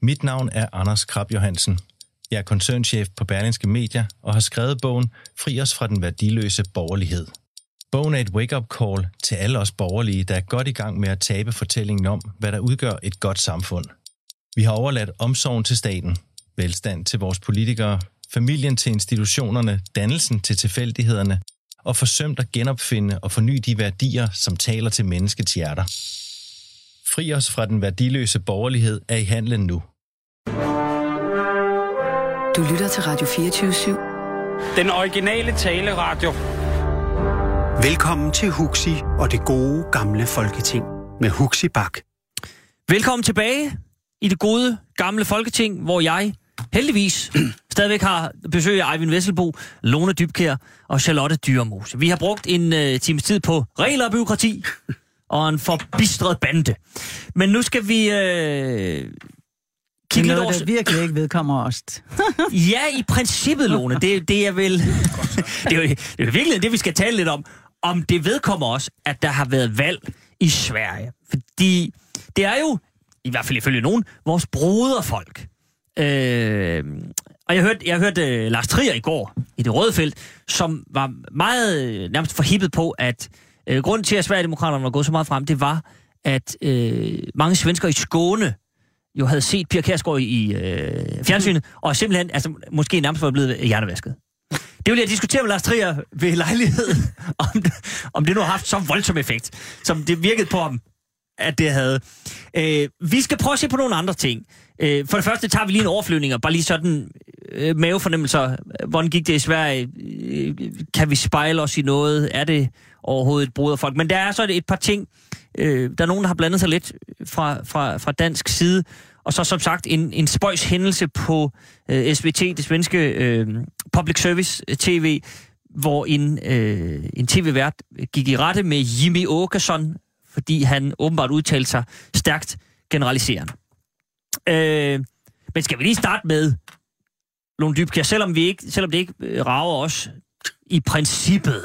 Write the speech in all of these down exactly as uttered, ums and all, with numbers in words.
Mit navn er Anders Krab Johansen. Jeg er koncernchef på Berlingske Media og har skrevet bogen Fri os fra den værdiløse borgerlighed. Bogen er et wake-up call til alle os borgerlige, der er godt i gang med at tabe fortællingen om, hvad der udgør et godt samfund. Vi har overladt omsorgen til staten, velstand til vores politikere, familien til institutionerne, dannelsen til tilfældighederne og forsømt at genopfinde og forny de værdier, som taler til menneskets hjerter. Fri os fra den værdiløse borgerlighed er i handlen nu. Du lytter til Radio fireogtyve syv. Den originale taleradio. Velkommen til Huxi og det gode gamle Folketing med Huxi Bach. Velkommen tilbage i det gode gamle Folketing, hvor jeg heldigvis stadigvæk har besøg af Eyvind Vesselbo, Lone Dybkjær og Charlotte Dyremose. Vi har brugt en uh, times tid på regler og byråkrati og en forbistret bande. Men nu skal vi uh, kigge lidt over... Det virkelig ikke vedkommer os. Ja, i princippet, Lone. Det, det er vel... det, er jo, det er jo virkelig det, vi skal tale lidt om. Om det vedkommer os, at der har været valg i Sverige. Fordi det er jo, i hvert fald ifølge nogen, vores broderfolk. Øh, og jeg hørte, jeg hørte uh, Lars Trier i går i Det Røde Felt, som var meget uh, nærmest forhippet på, at uh, grunden til, at Sverigedemokraterne var gået så meget frem, det var, at uh, mange svensker i Skåne jo havde set Pia Kjærsgaard i uh, fjernsynet, og simpelthen altså, måske nærmest var blevet hjernevasket. Det vil jeg diskutere med Lars Trier ved lejlighed, om det, om det nu har haft så voldsom effekt, som det virkede på ham, at det havde. Øh, vi skal prøve at se på nogle andre ting. Øh, for det første tager vi lige en overflyvning, og bare lige sådan øh, mavefornemmelser. Hvordan gik det i Sverige? Øh, kan vi spejle os i noget? Er det overhovedet et broderfolk? Men der er så et par ting. Øh, der er nogen, der har blandet sig lidt fra, fra, fra dansk side. Og så som sagt en, en spøjs hændelse på øh, S V T, det svenske øh, public service tv, hvor en, øh, en tv-vært gik i rette med Jimmy Åkesson, fordi han åbenbart udtalte sig stærkt generaliserende. Øh, men skal vi lige starte med Lone Dybkjær, selvom, vi ikke, selvom det ikke rager os i princippet.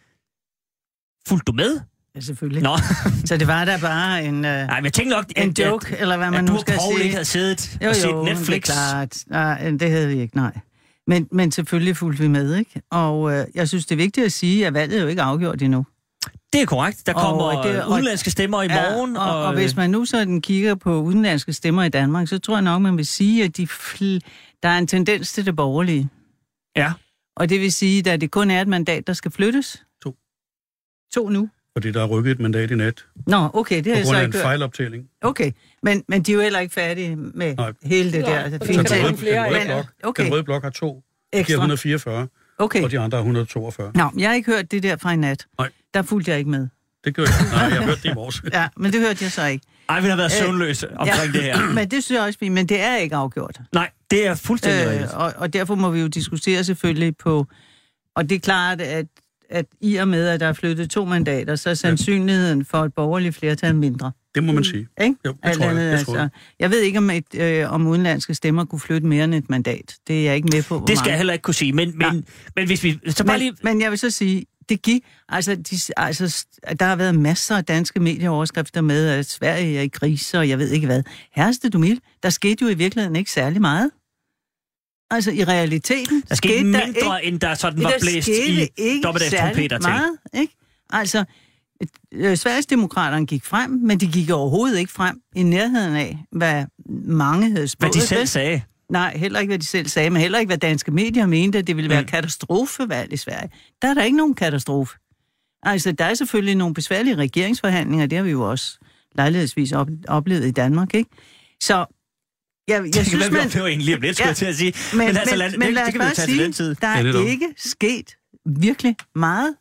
Fulgte du med? Ja, selvfølgelig. Nå. Så det var da bare en, uh, Nej, men jeg tænkte nok, en at, joke, at, eller hvad man at nu du skal og Paul sige. ikke havde siddet jo, og set jo, Netflix. det er klart. Nej, det havde vi ikke, nej. Men, men selvfølgelig fulgte vi med, ikke? Og uh, jeg synes, det er vigtigt at sige, at valget er jo ikke afgjort endnu. Det er korrekt. Der kommer og det, og, udenlandske stemmer i morgen. Ja, og, og, og hvis man nu sådan kigger på udenlandske stemmer i Danmark, så tror jeg nok, man vil sige, at de fl- der er en tendens til det borgerlige. Ja. Og det vil sige, at det kun er et mandat, der skal flyttes. To. To nu. Fordi der er rykket et mandat i nat. Nå, okay, det har jeg så ikke hørt. På grund af en fejloptælling. Okay, men, men de er jo heller ikke færdige med Nej. hele det der. Så den røde, den, røde blok, okay. den røde blok har to. Ekstra. et hundrede og fireogfyrre. Okay. Og de andre har et hundrede og toogfyrre. Nå, jeg har ikke hørt det der fra i nat. Nej. Der fulgte jeg ikke med. Det gjorde jeg. Nej, jeg hørte det i morges. Ja, men det hørte jeg så ikke. Ej, vi har været søvnløse omkring ja, det her. Men det synes jeg også, men det er ikke afgjort. Nej, det er fuldstændig øh, rigtigt. Og, og derfor må vi jo diskutere selvfølgelig på... Og det er klart, at, at i og med, at der er flyttet to mandater, så er sandsynligheden for et borgerligt flertal mindre. Det må man sige. Ikke? Jo, det tror jeg. Andet, jeg, tror jeg. Altså, jeg ved ikke, om, et, øh, om udenlandske stemmer kunne flytte mere end et mandat. Det er jeg ikke med på. Det skal jeg heller ikke kunne sige, men, men, men hvis vi... Så bare men, lige... men jeg vil så sige... Det gik, altså, de, altså, der har været masser af danske medieoverskrifter med, at Sverige er i krise, og jeg ved ikke hvad. Herreste du mild, der skete jo i virkeligheden ikke særlig meget. Altså, i realiteten... Der skete, skete mindre, der ikke, end der sådan var blæst i dommedagstrompeter til. Meget, ikke? Altså, øh, Sverigesdemokraterne gik frem, men de gik overhovedet ikke frem i nærheden af, hvad mange havde spået. Hvad de selv sagde. Nej, heller ikke, hvad de selv sagde, men heller ikke, hvad danske medier mente, at det ville være mm. katastrofevalg i Sverige. Der er der ikke nogen katastrofe. Altså, der er selvfølgelig nogle besværlige regeringsforhandlinger, det har vi jo også lejlighedsvis op- oplevet i Danmark, ikke? Så, jeg, jeg det synes, man... Det var egentlig lidt, skulle ja, jeg til at sige. Men, men, altså, lad, men det, lad det kan vi tage sige, til tid. Der er ja, ikke sket virkelig meget.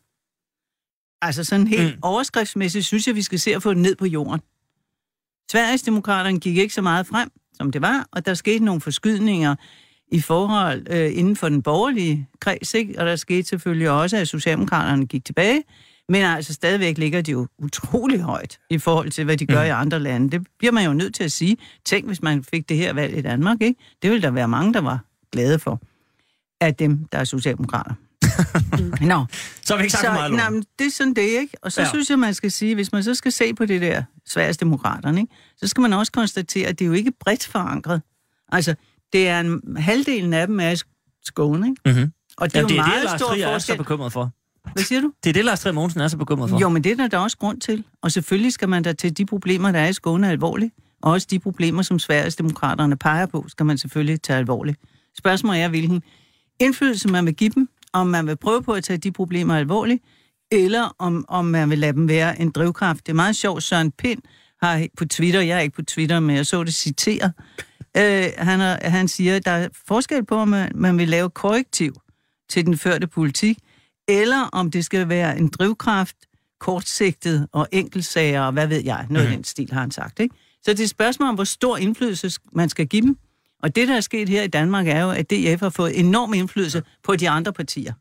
Altså, sådan helt mm. overskriftsmæssigt, synes jeg, vi skal se at få det ned på jorden. Sverigesdemokraterne gik ikke så meget frem, som det var, og der skete nogle forskydninger i forhold øh, inden for den borgerlige kreds, ikke? Og der skete selvfølgelig også, at Socialdemokraterne gik tilbage, men altså stadigvæk ligger de jo utrolig højt i forhold til, hvad de gør mm. i andre lande. Det bliver man jo nødt til at sige. Tænk, hvis man fik det her valg i Danmark, ikke? Det ville der være mange, der var glade for, af dem, der er socialdemokrater. Nå. Så har vi ikke sagt så, meget nej, men det er sådan det, ikke? Og så ja. synes jeg, man skal sige, hvis man så skal se på det der Sverigesdemokraterne, ikke? Så skal man også konstatere, at det er jo ikke bredt forankret. Altså, det er en halvdelen af dem er i Skåne, ikke? Mm-hmm. Og det er Jamen, jo det er meget det, Lars stor Trier er forskel. så bekymret for. Hvad siger du? Det er det, Lars Trier Mogensen er så bekymret for. Jo, men det er der, der er også grund til. Og selvfølgelig skal man da til de problemer, der er i Skåne, alvorligt. Og også de problemer, som Sverigesdemokraterne peger på, skal man selvfølgelig tage alvorligt. Spørgsmålet er, hvilken indflydelse man vil give dem, om man vil prøve på at tage de problemer alvorligt, eller om, om man vil lade dem være en drivkraft. Det er meget sjovt, Søren Pind har på Twitter, jeg er ikke på Twitter, men jeg så det citeret, øh, han, er, han siger, at der er forskel på, om man, man vil lave korrektiv til den førte politik, eller om det skal være en drivkraft, kortsigtet og enkeltsager, og hvad ved jeg, noget mm. af den stil har han sagt, ikke? Så det er et spørgsmål om, hvor stor indflydelse man skal give dem. Og det, der er sket her i Danmark, er jo, at D F har fået enorm indflydelse på de andre partier.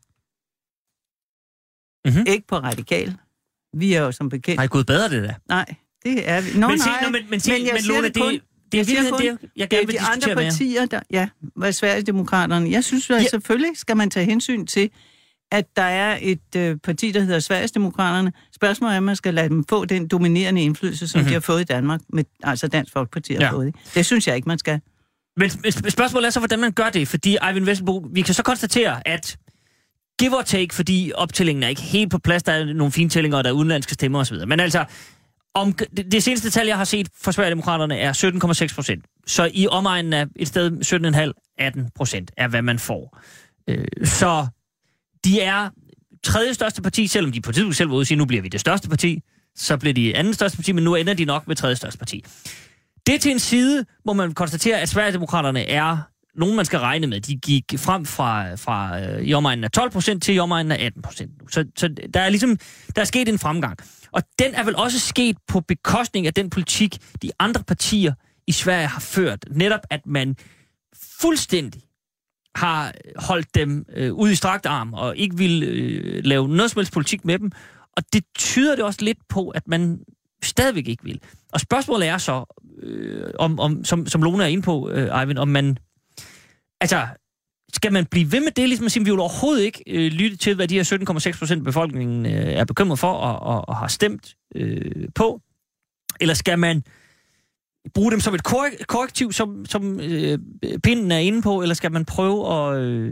Mm-hmm. Ikke på Radikal. Vi er jo som bekendt... Nej, gud bedre det der. Nej, det er vi. Nå, men, se, nej, nå, men, men, se, men jeg men siger Lone, det kun... det, det er virkelig det, jeg, jeg gerne vil de diskutere andre partier, der... Ja, hvad Sverigesdemokraterne... Jeg synes, at ja. selvfølgelig skal man tage hensyn til, at der er et øh, parti, der hedder Sverigesdemokraterne. Spørgsmålet er, at man skal lade dem få den dominerende indflydelse, som mm-hmm. de har fået i Danmark, med, altså Dansk Folkeparti har ja. fået. Det synes jeg ikke, man skal. Men spørgsmålet er så, hvordan man gør det, fordi Eyvind Vesselbo, vi kan så konstatere, at give or take, fordi optællingen er ikke helt på plads, der er nogle fine tællinger, og der er udenlandske stemmer osv. Men altså, om, det, det seneste tal, jeg har set for Sverigedemokraterne, er sytten komma seks procent. Så i omegnen af et sted sytten komma fem til atten procent er, hvad man får. Øh, så de er tredje største parti, selvom de på tidspunkt selv var ude og sige, nu bliver vi det største parti, så bliver de anden største parti, men nu ender de nok med tredje største parti. Det til en side, hvor man konstaterer, at Sverigedemokraterne er nogen, man skal regne med. De gik frem fra, fra øh, i omegnen af tolv procent til i omegnen af atten procent. Så, så der er ligesom, der er sket en fremgang. Og den er vel også sket på bekostning af den politik, de andre partier i Sverige har ført. Netop at man fuldstændig har holdt dem øh, ude i strakt arm, og ikke vil øh, lave noget som helst politik med dem. Og det tyder det også lidt på, at man stadigvæk ikke vil. Og spørgsmålet er så, øh, om, om, som, som Lone er inde på, øh, Eyvind, om man... Altså, skal man blive ved med det, ligesom at sige, vi vil overhovedet ikke øh, lytte til, hvad de her sytten komma seks procent af befolkningen øh, er bekymret for og, og, og har stemt øh, på? Eller skal man bruge dem som et korre- korrektiv, som, som øh, pinden er inde på, eller skal man prøve at... Øh,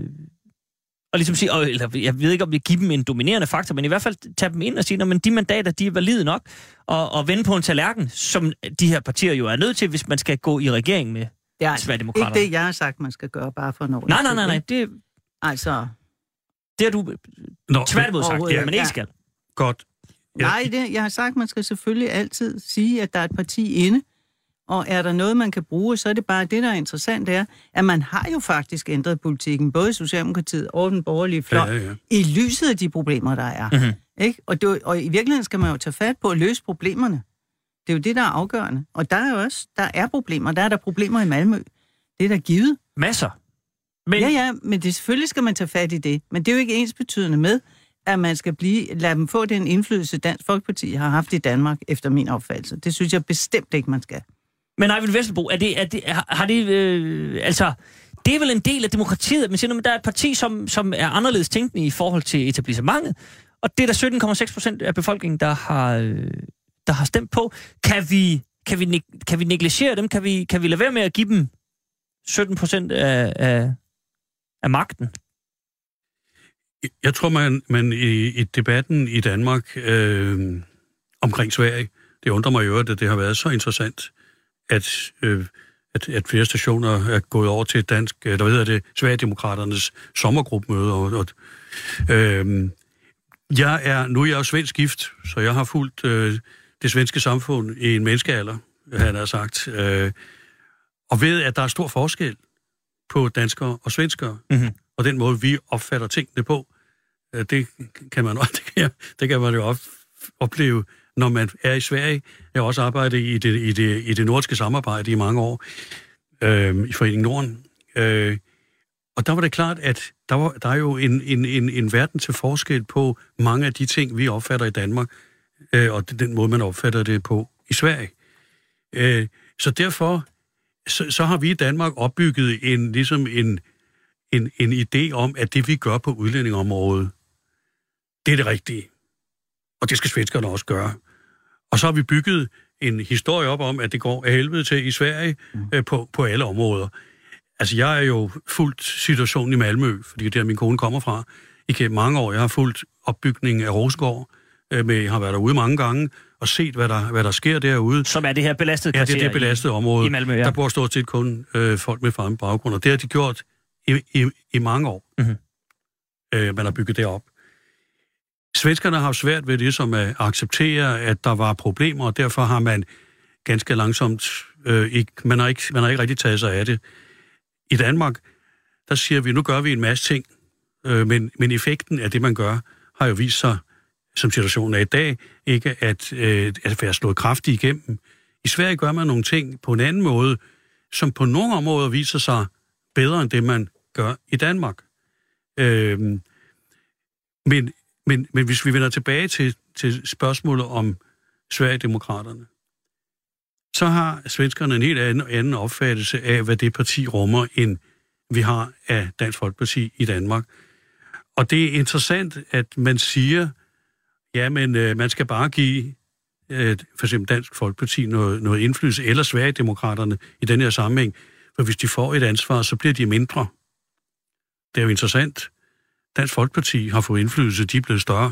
og ligesom sige, øh, eller jeg ved ikke, om vi giver dem en dominerende faktor, men i hvert fald tage dem ind og sige, at de mandater, de er valide nok, og, og vende på en tallerken, som de her partier jo er nødt til, hvis man skal gå i regering med ja, Sverigedemokraterne. Ikke det, jeg har sagt, man skal gøre bare for en år. Nej, nej, nej, nej. Det, altså... det har du tværtimod sagt, ja, man ikke skal. Godt. Ja. Nej, det, jeg har sagt, man skal selvfølgelig altid sige, at der er et parti inde, og er der noget, man kan bruge, så er det bare det, der er interessant, det er, at man har jo faktisk ændret politikken, både Socialdemokratiet og den borgerlige fløj, ja, ja. i lyset af de problemer, der er. Mm-hmm. Ikke? Og, det, og i virkeligheden skal man jo tage fat på at løse problemerne. Det er jo det, der er afgørende. Og der er jo også, der er problemer. Der er der problemer i Malmø. Det er der givet. Masser. Men... Ja, ja, men det, selvfølgelig skal man tage fat i det. Men det er jo ikke ensbetydende med, at man skal blive, lade dem få den indflydelse, Dansk Folkeparti har haft i Danmark, efter min opfattelse. Det synes jeg bestemt ikke, man skal. Men Eyvind Vesselbo, er det, er det, har det, øh, altså, det er vel en del af demokratiet, men siger, at der er et parti, som, som er anderledes tænkende i forhold til etablissementet, og det er der sytten komma seks procent af befolkningen, der har, øh, der har stemt på. Kan vi, kan vi, kan vi negligere dem? Kan vi, kan vi lade være med at give dem sytten procent af, af, af magten? Jeg tror, man, man i, i debatten i Danmark øh, omkring Sverige, det undrer mig jo, at det har været så interessant, at, øh, at, at flere stationer er gået over til dansk, der ved jeg det, Sverigedemokraternes sommergruppemøde. Og, og, øh, jeg er, nu er jeg jo svensk gift, så jeg har fulgt øh, det svenske samfund i en menneskealder, han har sagt, øh, og ved, at der er stor forskel på danskere og svenskere, mm-hmm. og den måde, vi opfatter tingene på, øh, det kan man, det kan, det kan man jo op, opleve, når man er i Sverige. Jeg har også arbejdet i det, i det, i det nordiske samarbejde i mange år, øh, i Foreningen Norden. Øh, og der var det klart, at der, var, der er jo en, en, en, en verden til forskel på mange af de ting, vi opfatter i Danmark, øh, og den måde, man opfatter det på i Sverige. Øh, så derfor så, så har vi i Danmark opbygget en, ligesom en, en, en idé om, at det, vi gør på udlændingområdet, det er det rigtige. Og det skal svenskerne også gøre. Og så har vi bygget en historie op om, at det går af helvede til i Sverige mm. øh, på, på alle områder. Altså, jeg er jo fuldt situationen i Malmø, fordi det er der, min kone kommer fra. Igennem mange år, jeg har fulgt opbygningen af Rosengård, øh, med, jeg har været derude mange gange, og set, hvad der, hvad der sker derude. Som er det her belastede kvarter. Ja, det er det belastede i, område. I Malmø, ja. Der bor stort set kun øh, folk med fremme baggrund, og det har de gjort i, i, i mange år. Mm-hmm. Øh, man har bygget det op. Svenskerne har haft svært ved det, som at acceptere, at der var problemer, og derfor har man ganske langsomt, øh, ikke, man, har ikke, man har ikke rigtig taget sig af det. I Danmark, der siger vi, nu gør vi en masse ting, øh, men, men effekten af det, man gør, har jo vist sig, som situationen er i dag, ikke at, øh, at være slået kraftigt igennem. I Sverige gør man nogle ting på en anden måde, som på nogle områder viser sig bedre end det, man gør i Danmark. Øh, men, men, men hvis vi vender tilbage til, til spørgsmålet om Sverigedemokraterne, så har svenskerne en helt anden, anden opfattelse af, hvad det parti rummer, end vi har af Dansk Folkeparti i Danmark. Og det er interessant, at man siger, ja, men øh, man skal bare give øh, for eksempel Dansk Folkeparti noget, noget indflydelse, eller Sverigedemokraterne i den her sammenhæng. For hvis de får et ansvar, så bliver de mindre. Det er jo interessant. Dansk Folkeparti har fået indflydelse, de er blevet større.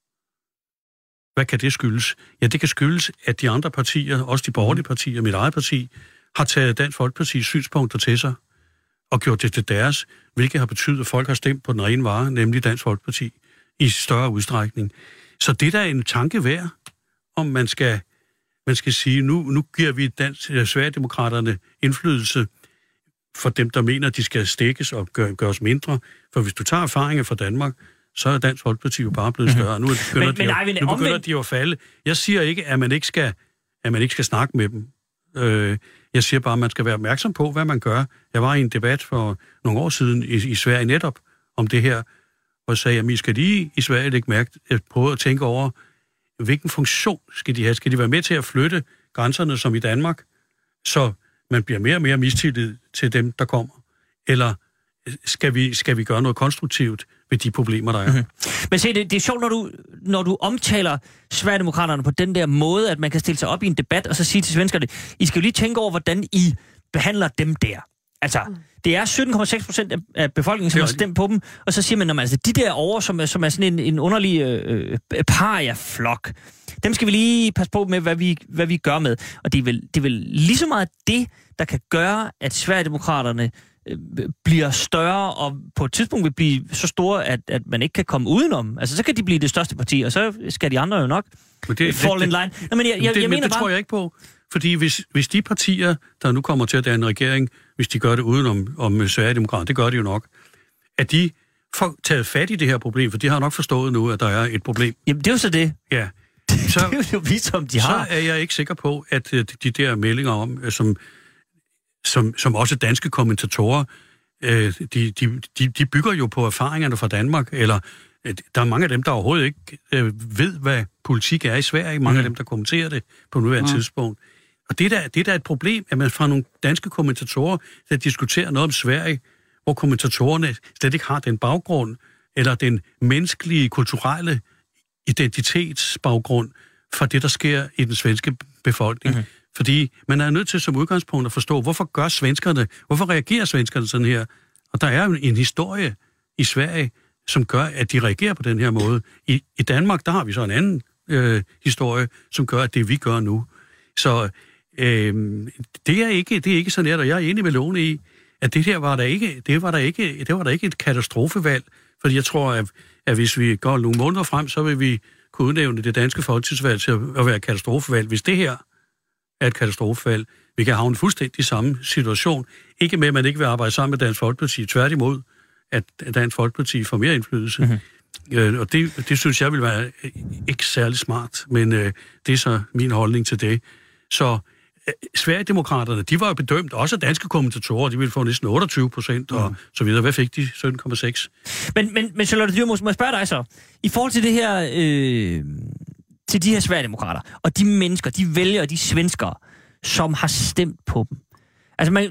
Hvad kan det skyldes? Ja, det kan skyldes, at de andre partier, også de borgerlige partier, mit eget parti, har taget Dansk Folkepartis synspunkter til sig og gjort det til deres, hvilket har betydet, at folk har stemt på den rene vare, nemlig Dansk Folkeparti, i større udstrækning. Så det der er en tanke værd, om man skal, man skal sige, nu, nu giver vi dansk, Sverigedemokraterne indflydelse for dem, der mener, at de skal stikkes og gør, gøres mindre. For hvis du tager erfaringer fra Danmark, så er Dansk Folkeparti jo bare blevet større. Nu begynder, men, de, men, jo, nej, nu begynder omvendt... de jo at falde. Jeg siger ikke, at man ikke skal, at man ikke skal snakke med dem. Øh, jeg siger bare, at man skal være opmærksom på, hvad man gør. Jeg var i en debat for nogle år siden i, i Sverige netop om det her, og sagde, at vi skal lige i Sverige lægge mærke, at prøve at tænke over, hvilken funktion skal de have? Skal de være med til at flytte grænserne som i Danmark, så man bliver mere og mere mistillid til dem, der kommer? Eller skal vi, skal vi gøre noget konstruktivt ved de problemer, der er? Mm-hmm. Men se, det, det er sjovt, når du, når du omtaler Sverigedemokraterne på den der måde, at man kan stille sig op i en debat og så sige til svenskerne, I skal jo lige tænke over, hvordan I behandler dem der. Altså, det er sytten komma seks procent af befolkningen, som har stemt på dem, og så siger man, altså, de der over, som er, som er sådan en, en underlig øh, paria-flok, dem skal vi lige passe på med, hvad vi, hvad vi gør med. Og det er, vel, det er vel lige så meget det, der kan gøre, at Sverigedemokraterne øh, bliver større, og på et tidspunkt vil blive så store, at, at man ikke kan komme udenom. Altså, så kan de blive det største parti, og så skal de andre jo nok det, fall det, in line. Nå, men jeg, jeg, det, jeg men mener det bare... tror jeg ikke på. Fordi hvis, hvis de partier, der nu kommer til at danne regering, hvis de gør det udenom om Sverigedemokraterne, det gør de jo nok, at de får taget fat i det her problem, for de har nok forstået nu, at der er et problem. Jamen, det er jo så det. Ja. Så, det er jo vist, om de har. Så er jeg ikke sikker på, at de der meldinger om, som, som, som også danske kommentatorer, de, de, de, de bygger jo på erfaringerne fra Danmark, eller der er mange af dem, der overhovedet ikke ved, hvad politik er i Sverige, mange mm. af dem, der kommenterer det på nuværende mm. tidspunkt. Og det er, da, det er da et problem, at man fra nogle danske kommentatorer, der diskuterer noget om Sverige, hvor kommentatorerne slet ikke har den baggrund, eller den menneskelige, kulturelle identitetsbaggrund for det, der sker i den svenske befolkning. Mm-hmm. Fordi man er nødt til som udgangspunkt at forstå, hvorfor gør svenskerne, hvorfor reagerer svenskerne sådan her? Og der er jo en historie i Sverige, som gør, at de reagerer på den her måde. I, i Danmark, der har vi så en anden øh, historie, som gør, at det vi gør nu. Så øh, det er ikke det er ikke sådan, at jeg er enig med Lone i, at det her var der ikke, det var der ikke, det var der ikke et katastrofevalg, fordi jeg tror, at, at hvis vi går nogle måneder frem, så vil vi kunne udnævne det danske folketingsvalg til at være et katastrofevalg. Hvis det her er et katastrofevalg, vi kan havne fuldstændig i samme situation. Ikke med, at man ikke vil arbejde sammen med Dansk Folkeparti, tværtimod, at Dansk Folkeparti får mere indflydelse. Mm-hmm. Øh, og det, det synes jeg vil være ikke særlig smart, men øh, det er så min holdning til det. Så øh, Sverigedemokraterne, de var jo bedømt, også danske kommentatorer, de ville få næsten otteogtyve procent og mm. så videre. Hvad fik de? sytten komma seks. Men, men, men Charlotte Dyrmose, må jeg spørge dig så, i forhold til det her, øh, til de her Sverigedemokrater, og de mennesker, de vælgere, de svenskere, som har stemt på dem. Altså, man,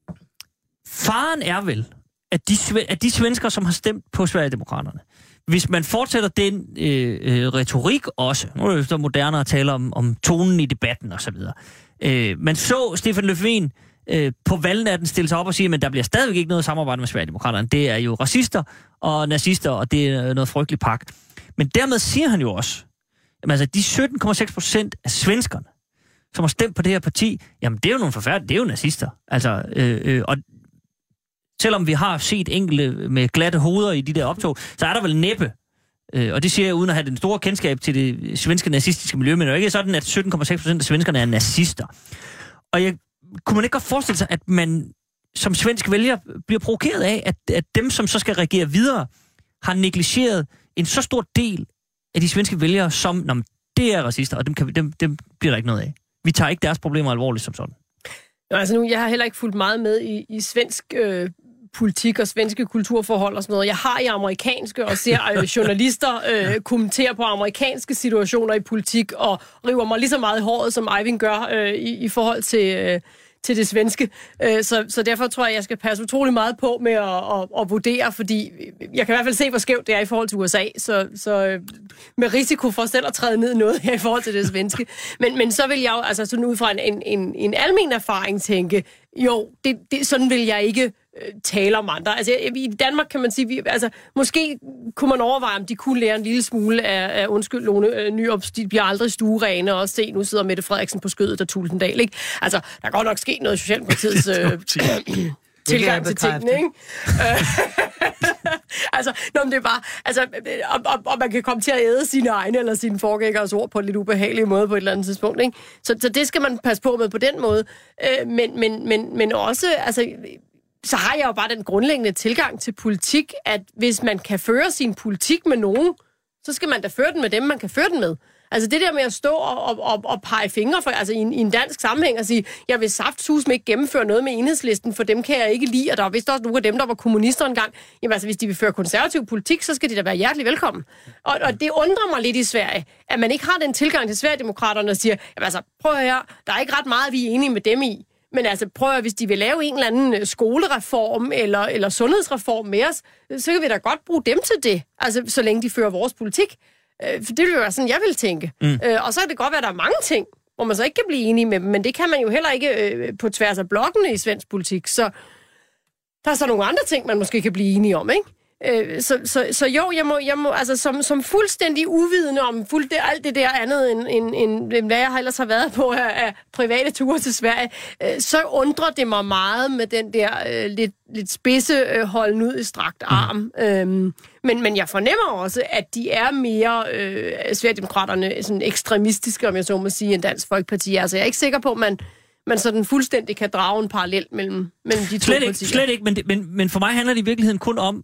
faren er vel, at de, at de svenskere, som har stemt på Sverigedemokraterne, hvis man fortsætter den øh, øh, retorik også, nu er det så moderne at tale om, om tonen i debatten osv., øh, man så Stefan Löfven øh, på valgnatten stille sig op og sige, men der bliver stadigvæk ikke noget samarbejde med Sverigedemokraterne. Det er jo racister og nazister, og det er noget frygteligt pak. Men dermed siger han jo også, jamen altså de sytten komma seks procent af svenskerne, som har stemt på det her parti, jamen det er jo nogle forfærdelige, det er jo nazister. Altså, øh, øh, og selvom vi har set enkelte med glatte hoveder i de der optog, så er der vel næppe, øh, og det siger jeg uden at have den store kendskab til det svenske nazistiske miljø, men det er jo ikke sådan, at sytten komma seks procent af svenskerne er nazister. Og jeg kunne man ikke godt forestille sig, at man som svensk vælger bliver provokeret af, at, at dem, som så skal regere videre, har negligeret en så stor del af de svenske vælgere, som, nå, det er racister, og dem, kan vi, dem, dem bliver der ikke noget af. Vi tager ikke deres problemer alvorligt som sådan. Nå, altså nu, jeg har heller ikke fulgt meget med i, i svensk øh, politik og svenske kulturforhold og sådan noget. Jeg har i amerikanske og ser øh, journalister øh, kommentere på amerikanske situationer i politik og river mig lige så meget i håret, som Eivind gør øh, i, i forhold til... Øh, til det svenske. Så, så derfor tror jeg, jeg skal passe utrolig meget på med at, at, at vurdere, fordi jeg kan i hvert fald se, hvor skævt det er i forhold til U S A, så, så med risiko for selv at træde ned noget her i forhold til det svenske. Men, men så vil jeg jo, altså sådan ud fra en, en, en almen erfaring tænke, jo, det, det, sådan vil jeg ikke øh, tale om andre. Altså i Danmark kan man sige, vi, altså måske kunne man overveje, om de kunne lære en lille smule af, af undskyld, Lone øh, Nyrup, de bliver aldrig stuerene, og se, nu sidder Mette Frederiksen på skødet af Tulsendal, ikke? Altså, der er godt nok sket noget i Socialdemokratiets øh, tilgang til tingene, ikke? altså, når det er bare, altså, og, og, og man kan komme til at æde sine egne eller sine forgængeres ord på en lidt ubehagelig måde på et eller andet tidspunkt, ikke? Så, så det skal man passe på med på den måde. Øh, men, men, men, men også, altså, så har jeg jo bare den grundlæggende tilgang til politik, at hvis man kan føre sin politik med nogen, så skal man da føre den med dem, man kan føre den med. Altså det der med at stå og, og, og pege fingre for, altså i en, i en dansk sammenhæng og sige, jeg vil saftsusme ikke gennemføre noget med Enhedslisten, for dem kan jeg ikke lide, og der er vist også nogle af dem, der var kommunister engang. Jamen altså, hvis de vil føre konservativ politik, så skal de da være hjertelig velkommen. Og, og det undrer mig lidt i Sverige, at man ikke har den tilgang til Sverigedemokraterne og siger, jamen altså, prøv at høre, der er ikke ret meget, vi er enige med dem i. Men altså, prøv at, hvis de vil lave en eller anden skolereform eller, eller sundhedsreform med os, så kan vi da godt bruge dem til det, altså så længe de fører vores politik. For det vil jo være sådan, jeg vil tænke. Mm. Øh, og så kan det godt være, at der er mange ting, hvor man så ikke kan blive enige med dem, men det kan man jo heller ikke øh, på tværs af blokkene i svensk politik. Så der er så nogle andre ting, man måske kan blive enige om, ikke? Øh, så, så, så jo, jeg må, jeg må altså som, som fuldstændig uvidende om fuld, det, alt det der andet, end, end, end, end hvad jeg ellers har været på af, af private ture til Sverige, øh, så undrer det mig meget med den der øh, lidt, lidt spidse øh, holden ud i strakt arm. Mm. Øhm, men, men jeg fornemmer også, at de er mere øh, Sverigedemokraterne sådan ekstremistiske, om jeg så må sige, end Dansk Folkeparti. Altså jeg er ikke sikker på, at man man sådan fuldstændig kan drage en parallel mellem, mellem de to slet ikke, partier. Slet ikke, men, men, men for mig handler det i virkeligheden kun om,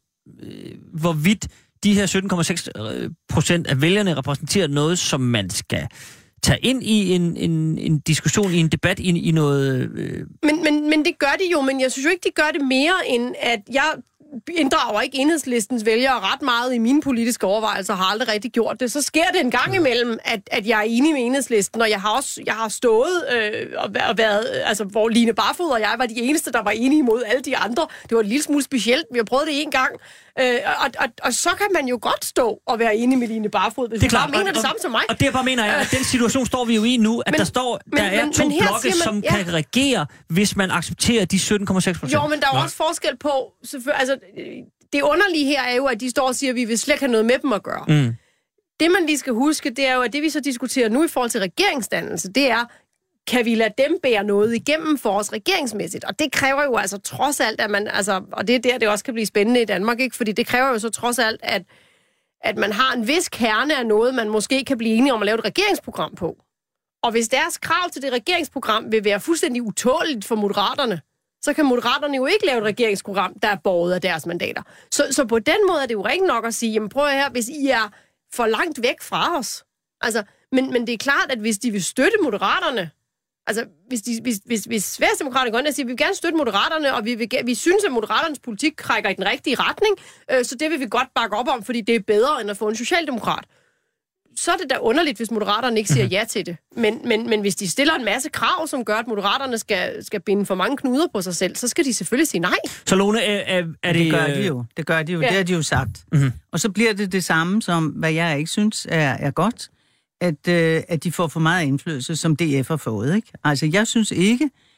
hvorvidt de her sytten komma seks procent af vælgerne repræsenterer noget, som man skal tage ind i en, en, en diskussion, i en debat, i, i noget... Øh... Men, men, men det gør de jo, men jeg synes jo ikke, de gør det mere, end at jeg inddrager ikke Enhedslistens vælgere ret meget i mine politiske overvejelser, har aldrig rigtig gjort det. Så sker det en gang imellem, at, at jeg er enig med Enhedslisten, og jeg har også jeg har stået øh, og været, altså hvor Line Barfod og jeg var de eneste, der var enige imod alle de andre. Det var en lille smule specielt. Vi har prøvet det en gang. Øh, og, og, og så kan man jo godt stå og være enig med Line Barfod, hvis det du bare mener og, det samme som mig. Og det bare mener jeg, at den situation står vi jo i nu, at men, der står, der men, er to men blokke, man, som ja. kan regere, hvis man accepterer de sytten komma seks procent. Jo, men der er jo også forskel på, altså det underlige her er jo, at de står og siger, at vi vil slet ikke have noget med dem at gøre. Mm. Det man lige skal huske, det er jo, at det vi så diskuterer nu i forhold til regeringsdannelse, det er, kan vi lade dem bære noget igennem for os regeringsmæssigt? Og det kræver jo altså trods alt, at man, altså, og det er der, det også kan blive spændende i Danmark, ikke? Fordi det kræver jo så trods alt, at, at man har en vis kerne af noget, man måske kan blive enige om at lave et regeringsprogram på. Og hvis deres krav til det regeringsprogram vil være fuldstændig utåligt for moderaterne, så kan moderaterne jo ikke lave et regeringsprogram, der er båret af deres mandater. Så, så på den måde er det jo rigtig nok at sige, jamen prøv her, hvis I er for langt væk fra os. Altså, men, men det er klart, at hvis de vil støtte moderaterne, altså hvis, de, hvis, hvis, hvis Sverigedemokraterne går ind og siger, at vi vil gerne støtte moderaterne, og vi, vil, vi synes, at moderaternes politik trækker i den rigtige retning, øh, så det vil vi godt bakke op om, fordi det er bedre end at få en socialdemokrat. Så er det da underligt, hvis moderaterne ikke siger ja til det. Men, men, men hvis de stiller en masse krav, som gør, at moderaterne skal, skal binde for mange knuder på sig selv, så skal de selvfølgelig sige nej. Så Lone, er, er, er det... Det gør de jo. Det gør de jo. Ja. Det har de jo sagt. Mm-hmm. Og så bliver det det samme, som hvad jeg ikke synes er, er godt, at, øh, at de får for meget indflydelse, som D F har fået. Ikke? Altså, jeg synes ikke,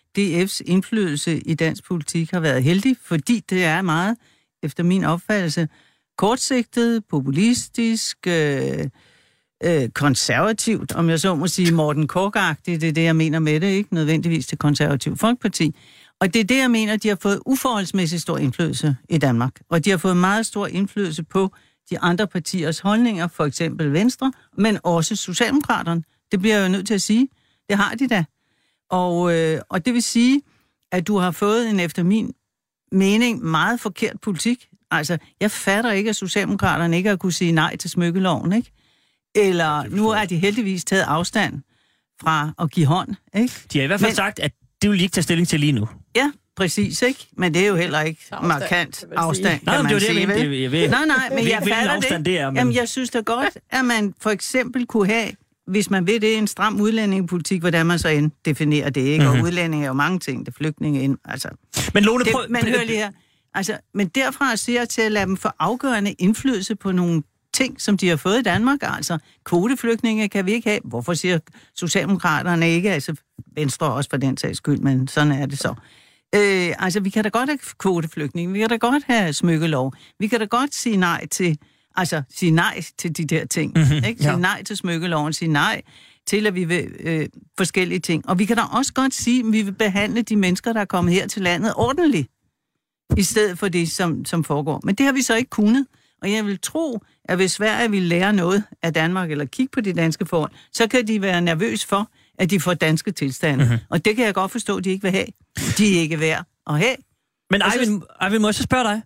D F's indflydelse i dansk politik har været heldig, fordi det er meget, efter min opfattelse, kortsigtet, populistisk, øh, øh, konservativt, om jeg så må sige Morten Korch-agtigt, det er det, jeg mener med det, ikke nødvendigvis til Konservativ Folkeparti. Og det er det, jeg mener, de har fået uforholdsmæssigt stor indflydelse i Danmark. Og de har fået meget stor indflydelse på de andre partiers holdninger, for eksempel Venstre, men også Socialdemokraterne. Det bliver jeg jo nødt til at sige. Det har de da. Og, øh, og det vil sige, at du har fået en, efter min mening, meget forkert politik. Altså, jeg fatter ikke, at Socialdemokraterne ikke har kunne sige nej til smykkeloven, ikke? Eller nu er de heldigvis taget afstand fra at give hånd, ikke? De har i hvert fald Men, sagt, at det vil de ikke tage stilling til lige nu. Ja, præcis, ikke? Men det er jo heller ikke afstand, markant afstand, Nej, kan men man det er sige, det, jeg vel? jeg ved. Nej, nej, men jeg Hvilken fatter afstand det. det er, men... Jamen, jeg synes da godt, at man for eksempel kunne have, hvis man ved det, en stram udlændingepolitik, hvordan man så end definerer det, ikke? Mm-hmm. Og udlændinge er jo mange ting, det flygtninge ind, altså... Men Lone, det, prøv... men hør lige her. Altså, men derfra siger jeg til at lade dem få afgørende indflydelse på nogle ting, som de har fået i Danmark, altså kvoteflygtninge kan vi ikke have. Hvorfor siger Socialdemokraterne ikke? Altså Venstre også for den sags skyld, men sådan er det så. Øh, altså, vi kan da godt have kvoteflygtninge, vi kan da godt have smykkelov, vi kan da godt sige nej til, altså sige nej til de der ting, mm-hmm, ikke? Sige ja. nej til smykkeloven, sige nej til, at vi vil øh, forskellige ting. Og vi kan da også godt sige, at vi vil behandle de mennesker, der er kommet her til landet ordentligt, i stedet for det, som, som foregår. Men det har vi så ikke kunnet. Og jeg vil tro, at hvis Sverige vil lære noget af Danmark, eller kigge på de danske forhold, så kan de være nervøs for, at de får danske tilstande. Mm-hmm. Og det kan jeg godt forstå, at de ikke vil have. De er ikke værd at have. Men Eivind, Eivind, må jeg så spørge dig?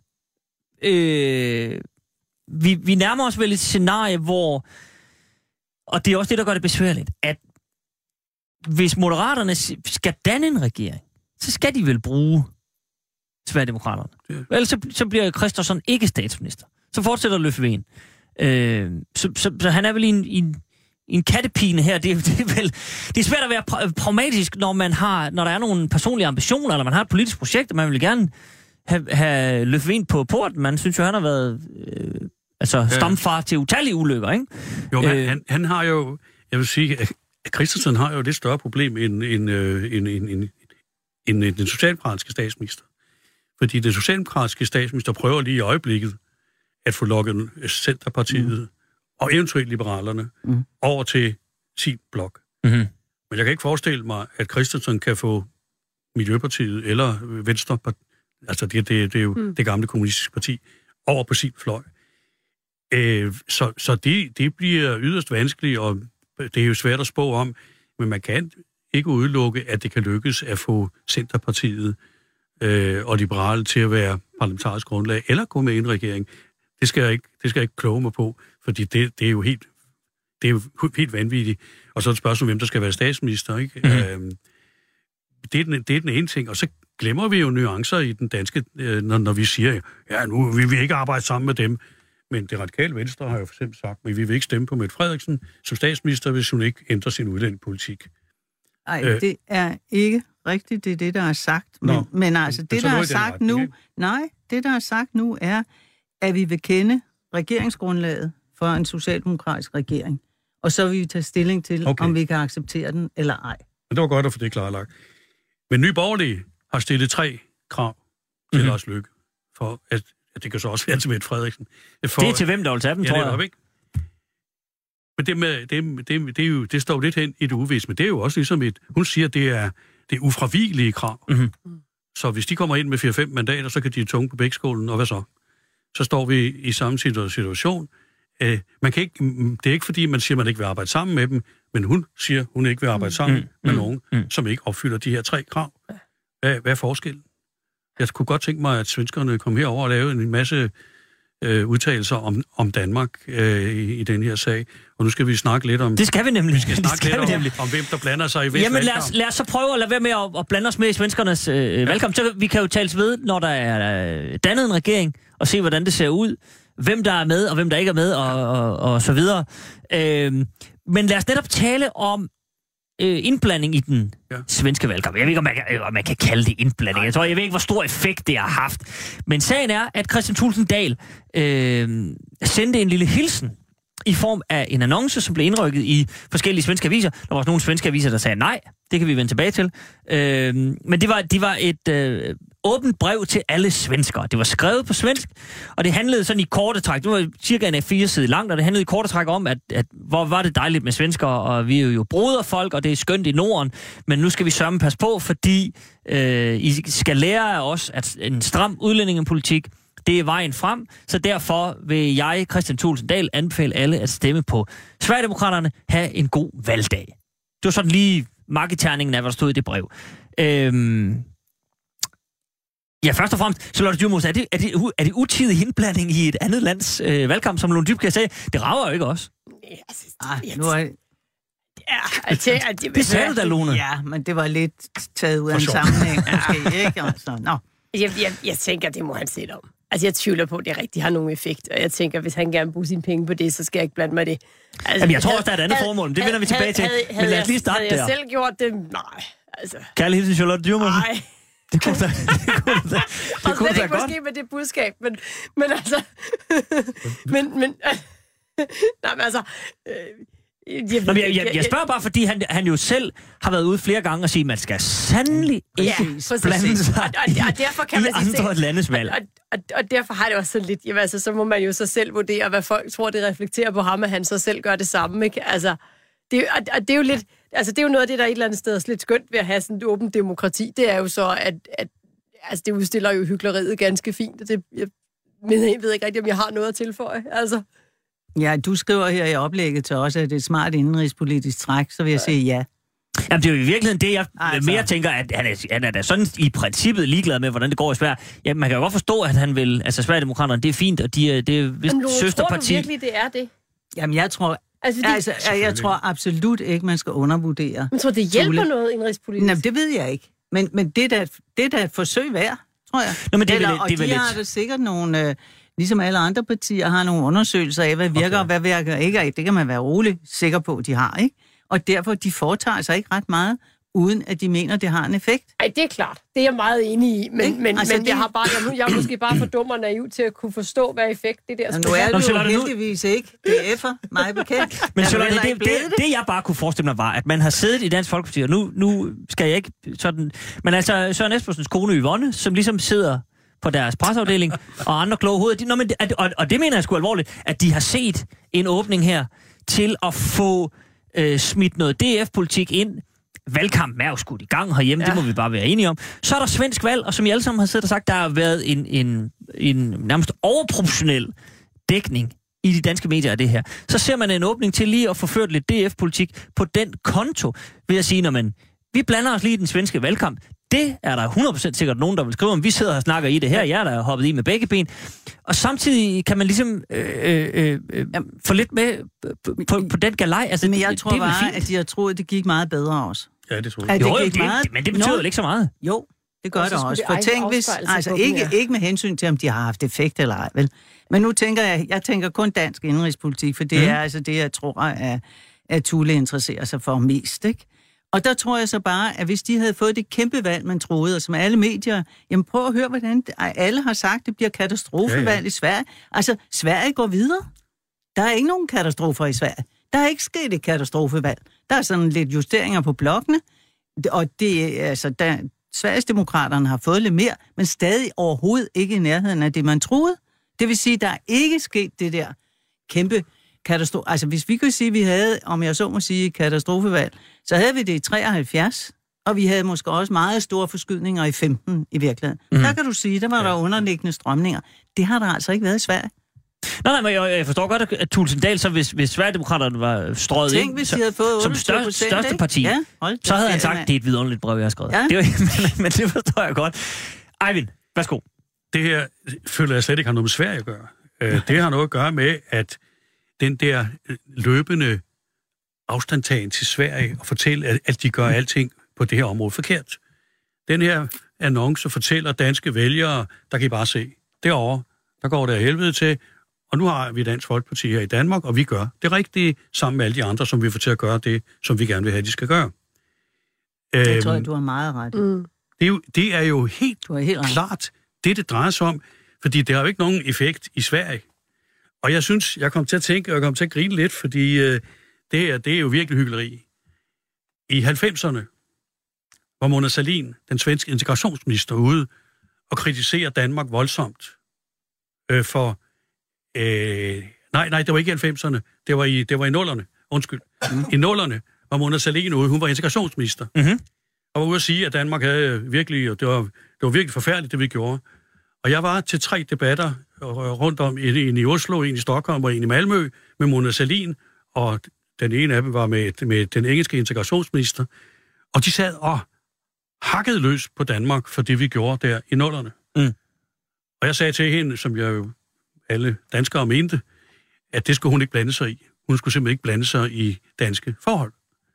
Øh, vi, vi nærmer os vel et scenarie, hvor, og det er også det, der gør det besværligt, at hvis Moderaterne skal danne en regering, så skal de vel bruge Sverigedemokraterne. Ja. Ellers så, så bliver Kristersson ikke statsminister. Så fortsætter Löfven. Øh, så, så, så han er vel i en, i en, i en kattepine her. Det, det, er vel, det er svært at være pra- pragmatisk, når man har, når der er nogle personlige ambitioner, eller man har et politisk projekt, og man vil gerne have, have Löfven på porten. Man synes jo, han har været øh, altså stamfar til utallige ulykker, ikke? Jo, men øh, han, han har jo, jeg vil sige, at Kristersson har jo det større problem end, end, end, end, end, end den socialdemokratiske statsminister. Fordi den socialdemokratiske statsminister prøver lige i øjeblikket at få lukket Centerpartiet mm. og eventuelt liberalerne mm. over til sin blok. Mm-hmm. Men jeg kan ikke forestille mig, at Kristersson kan få Miljøpartiet eller Venstre, altså det, det, det er jo mm. det gamle kommunistiske parti, over på sin fløj. Øh, så så det, det bliver yderst vanskeligt, og det er jo svært at spå om, men man kan ikke udelukke, at det kan lykkes at få Centerpartiet øh, og liberale til at være parlamentarisk grundlag, eller gå med i en regering. Det skal jeg ikke, det skal jeg ikke kloge mig på, fordi det, det er jo helt, det er jo helt vanvittigt. Og så er det spørgsmål, hvem der skal være statsminister, ikke? Mm-hmm. Øhm, det, er den, det er den ene ting, og så glemmer vi jo nuancer i den danske, øh, når, når vi siger, ja, nu vil vi ikke arbejde sammen med dem. Men det radikale Venstre har jo for eksempel sagt, at vi vil ikke stemme på Mette Frederiksen som statsminister, hvis hun ikke ændrer sin udlændingepolitik. Nej, øh, det er ikke rigtigt, det er det, der er sagt. Men, Nå, men altså, det, der er sagt retning, nu, ikke? nej, det, der er sagt nu, er, at vi vil kende regeringsgrundlaget for en socialdemokratisk regering. Og så vil vi tage stilling til, okay. om vi kan acceptere den eller ej. Men det var godt at få det klarlagt. Men Nye Borgerlige har stillet tre krav til mm-hmm. Lars Løkke, for at, at det kan så også være til Mette Frederiksen. For, det er til hvem, der vil tage dem, ja, tror jeg. jeg. Det er ikke. Men det, med, det, det, det, er jo, det står lidt hen i det uvis, men det er jo også ligesom et, hun siger, det er det er ufravigelige krav. Mm-hmm. Så hvis de kommer ind med fire fem mandater, så kan de tunge på bækskålen, og hvad så? Så står vi i samme situation. Uh, man kan ikke, det er ikke fordi, man siger, at man ikke vil arbejde sammen med dem, men hun siger, hun ikke vil arbejde sammen mm, med mm, nogen, mm. som ikke opfylder de her tre krav. Hvad, hvad er forskellen? Jeg kunne godt tænke mig, at svenskerne kom herover og lavede en masse øh, udtalelser om, om Danmark øh, i, i den her sag. Og nu skal vi snakke lidt om... Det skal vi nemlig. Vi skal snakke skal lidt vi om, om, hvem der blander sig i vest. Jamen lad os, lad os så prøve at lade være med at, at blande os med i svenskernes øh, ja. valgkamp. Så vi kan jo tales ved, når der er øh, dannet en regering, og se, hvordan det ser ud. Hvem der er med, og hvem der ikke er med, og, og, og så videre. Øh, men lad os netop tale om øh, indblanding i den ja. svenske valgkamp. Jeg ved ikke, om man, kan, om man kan kalde det indblanding. Jeg tror, jeg ved ikke, hvor stor effekt det har haft. Men sagen er, at Kristian Thulesen Dahl øh, sendte en lille hilsen i form af en annonce, som blev indrykket i forskellige svenske aviser. Der var også nogle svenske aviser, der sagde nej. Det kan vi vende tilbage til. Øh, men det var, det var et øh, åbent brev til alle svenskere. Det var skrevet på svensk, og det handlede sådan i korte træk. Det var cirka en A fire side langt, og det handlede i korte træk om, at, at hvor var det dejligt med svenskere, og vi er jo broderfolk, og det er skønt i Norden, men nu skal vi sørge passe på, fordi øh, I skal lære af os, at en stram udlændingepolitik, det er vejen frem, så derfor vil jeg, Christian Thulesen Dahl, anbefale alle at stemme på Sverigedemokraterne, have en god valgdag. Det var sådan lige marketerningen af, hvad der stod i det brev. Øhm Ja, først og fremmest, Charlotte Dyrmose, er det, er det, er det utidig indblanding i et andet lands øh, valgkamp, som Lone Dybkjær sagde? Det rager jo ikke også. Ja, ah, nu er det... Ja, altså, det, det sagde du da, Lone. Ja, men det var lidt taget ud af en sammenhæng, måske, ikke? Altså, no. jeg, jeg, jeg tænker, det må han sætte om. Altså, jeg tvivler på, at det rigtig har nogen effekt, og jeg tænker, hvis han gerne bruger sine penge på det, så skal jeg ikke blande mig det. Altså, Jamen, jeg tror også, der er et andet havde, formål, det vender vi tilbage til. Havde, havde, men lad os lige starte havde der. Havde jeg selv gjort det? Nej, altså... Kærlig hilsen, Charlotte Dyrmose. Nej. Det kunne da, det kunne da, det kunne da ikke godt. Måske med det budskab, men, men altså... men, men... nej, men altså... Øh, Jeg, Nå, jeg, jeg, jeg spørger bare, fordi han, han jo selv har været ude flere gange og sige, at man skal sandelig ikke ja, blande sig og, og, og derfor kan man i andre landes valg. Og, og, og derfor har det også sådan lidt, jamen, altså, så må man jo så selv vurdere, hvad folk tror, det reflekterer på ham, at han så selv gør det samme. Ikke? Altså, det, og, og det er jo lidt, altså, det er jo noget af det, der er et eller andet sted er lidt skønt ved at have sådan et åbent demokrati. Det er jo så, at, at altså, det udstiller jo hykleriet ganske fint. Og det, jeg, jeg ved ikke rigtig, om jeg har noget at tilføje. Altså... Ja, du skriver her i oplægget til os, at det er et smart indenrigspolitisk træk, så vil jeg ja. sige ja. Jamen, det er jo i virkeligheden det, jeg altså. mere tænker, at han er, han er da sådan i princippet ligeglad med, hvordan det går i Sverige. Ja, man kan jo godt forstå, at han vil, altså Sverigedemokraterne, det er fint, og de er, det er vist Lone, søsterparti. Tror du virkelig, det er det? Jamen, jeg tror, altså, det, altså, jeg tror absolut ikke, man skal undervurdere. Men tror det hjælper Tule. Noget indrigspolitisk? Jamen, det ved jeg ikke. Men, men det, er da, det er da et forsøg værd, tror jeg. Nå, men det er Eller, vel, og det er de vel har lidt... da sikkert nogle... Øh, Ligesom alle andre partier har nogle undersøgelser af, hvad virker okay. og hvad virker ikke. Det kan man være rolig sikker på, at de har, ikke? Og derfor, de foretager sig ikke ret meget, uden at de mener, det har en effekt. Nej, det er klart. Det er jeg meget enig i. Men, men, altså, men det... jeg, har bare, jeg, jeg er måske bare for dum og naiv til at kunne forstå, hvad effekt det der skulle have. Nu er det jo heldigvis ikke. Det er F'er, mig bekendt. Men Charlotte, det, det, det, det, jeg bare kunne forestille mig var, at man har siddet i Dansk Folkeparti, og nu, nu skal jeg ikke sådan... Men altså, Søren Espersens kone Yvonne, som ligesom sidder på deres presseafdeling, og andre kloge hoveder. De, nå, men, og, og det mener jeg sgu alvorligt, at de har set en åbning her til at få øh, smidt noget D F-politik ind. Valgkampen er jo skudt i gang herhjemme, ja. Det må vi bare være enige om. Så er der svensk valg, og som I alle sammen har siddet og sagt, der har været en, en, en nærmest overproportionel dækning i de danske medier af det her. Så ser man en åbning til lige at få ført lidt D F-politik på den konto, ved at sige, når man, vi blander os lige i den svenske valgkamp. Det er der hundrede procent sikkert nogen, der vil skrive om. Vi sidder og snakker i det her. Jeg er der hoppet i med begge ben. Og samtidig kan man ligesom øh, øh, øh, få lidt med på, på, på den galej. Altså, men jeg det, tror det bare, at de har troet, at det gik meget bedre også. Ja, det tror jeg. At jo, det gik det, meget... men det betyder jo ikke så meget. Jo, det gør og det også. Det For tænk hvis... Altså ikke, ja. ikke med hensyn til, om de har haft effekt eller ej, vel? Men nu tænker jeg... Jeg tænker kun dansk indrigspolitik, for det mm. er altså det, jeg tror, at, at Thule interesserer sig for mest, ikke? Og der tror jeg så bare, at hvis de havde fået det kæmpe valg, man troede, og som alle medier, jamen prøv at høre, hvordan alle har sagt, det bliver katastrofevalg ja, ja. i Sverige. Altså, Sverige går videre. Der er ikke nogen katastrofer i Sverige. Der er ikke sket et katastrofevalg. Der er sådan lidt justeringer på blokkene, og det altså, der, Sverigedemokraterne har fået lidt mere, men stadig overhovedet ikke i nærheden af det, man troede. Det vil sige, der er ikke sket det der kæmpe katastrofe. Altså, hvis vi kunne sige, at vi havde, om jeg så må sige, katastrofevalg, så havde vi det i treoghalvfjerds, og vi havde måske også meget store forskydninger i femten i virkeligheden. Mm. Der kan du sige, der var der underliggende strømninger. Det har der altså ikke været i Sverige. Nej, nej, men jeg, jeg forstår godt, at Thulesen Dahl, så hvis, hvis Sverigedemokraterne var strøget Tænk, ind hvis de havde fået som største, største parti, ja, så havde han sagt, at det er et vidunderligt brev, jeg har skrevet. Ja. Det var, men, men det forstår jeg godt. Eivind, værsgo. Det her føler jeg slet ikke har noget med Sverige at gøre. Det har noget at gøre med, at den der løbende afstandtagen til Sverige og fortælle, at, at de gør alting på det her område forkert. Den her annonce fortæller danske vælgere, der kan I bare se, derovre, der går der helvede til, og nu har vi Dansk Folkeparti her i Danmark, og vi gør det rigtige sammen med alle de andre, som vi får til at gøre det, som vi gerne vil have, de skal gøre. Jeg øhm, tror, du har meget ret. Mm. Det, er jo, det er jo helt, helt klart det, det drejer sig om, fordi det har jo ikke nogen effekt i Sverige. Og jeg synes, jeg kom til at tænke, og jeg kom til at grine lidt, fordi øh, det, er, det er jo virkelig hykleri. I halvfemserne var Mona Sahlin, den svenske integrationsminister, ude og kritiserer Danmark voldsomt øh, for... Øh, nej, nej, det var ikke i halvfemserne. Det var i, det var i nullerne. Undskyld. Mm. I nullerne var Mona Sahlin ude. Hun var integrationsminister. Mm-hmm. Og var ude at sige, at Danmark havde virkelig... Og det, var, det var virkelig forfærdeligt, det vi gjorde. Og jeg var til tre debatter rundt om, en i Oslo, en i Stockholm og en i Malmø, med Mona Sahlin, og den ene af dem var med, med den engelske integrationsminister. Og de sad og hakkede løs på Danmark for det, vi gjorde der i nullerne. Mm. Og jeg sagde til hende, som jeg jo alle danskere mente, at det skulle hun ikke blande sig i. Hun skulle simpelthen ikke blande sig i danske forhold.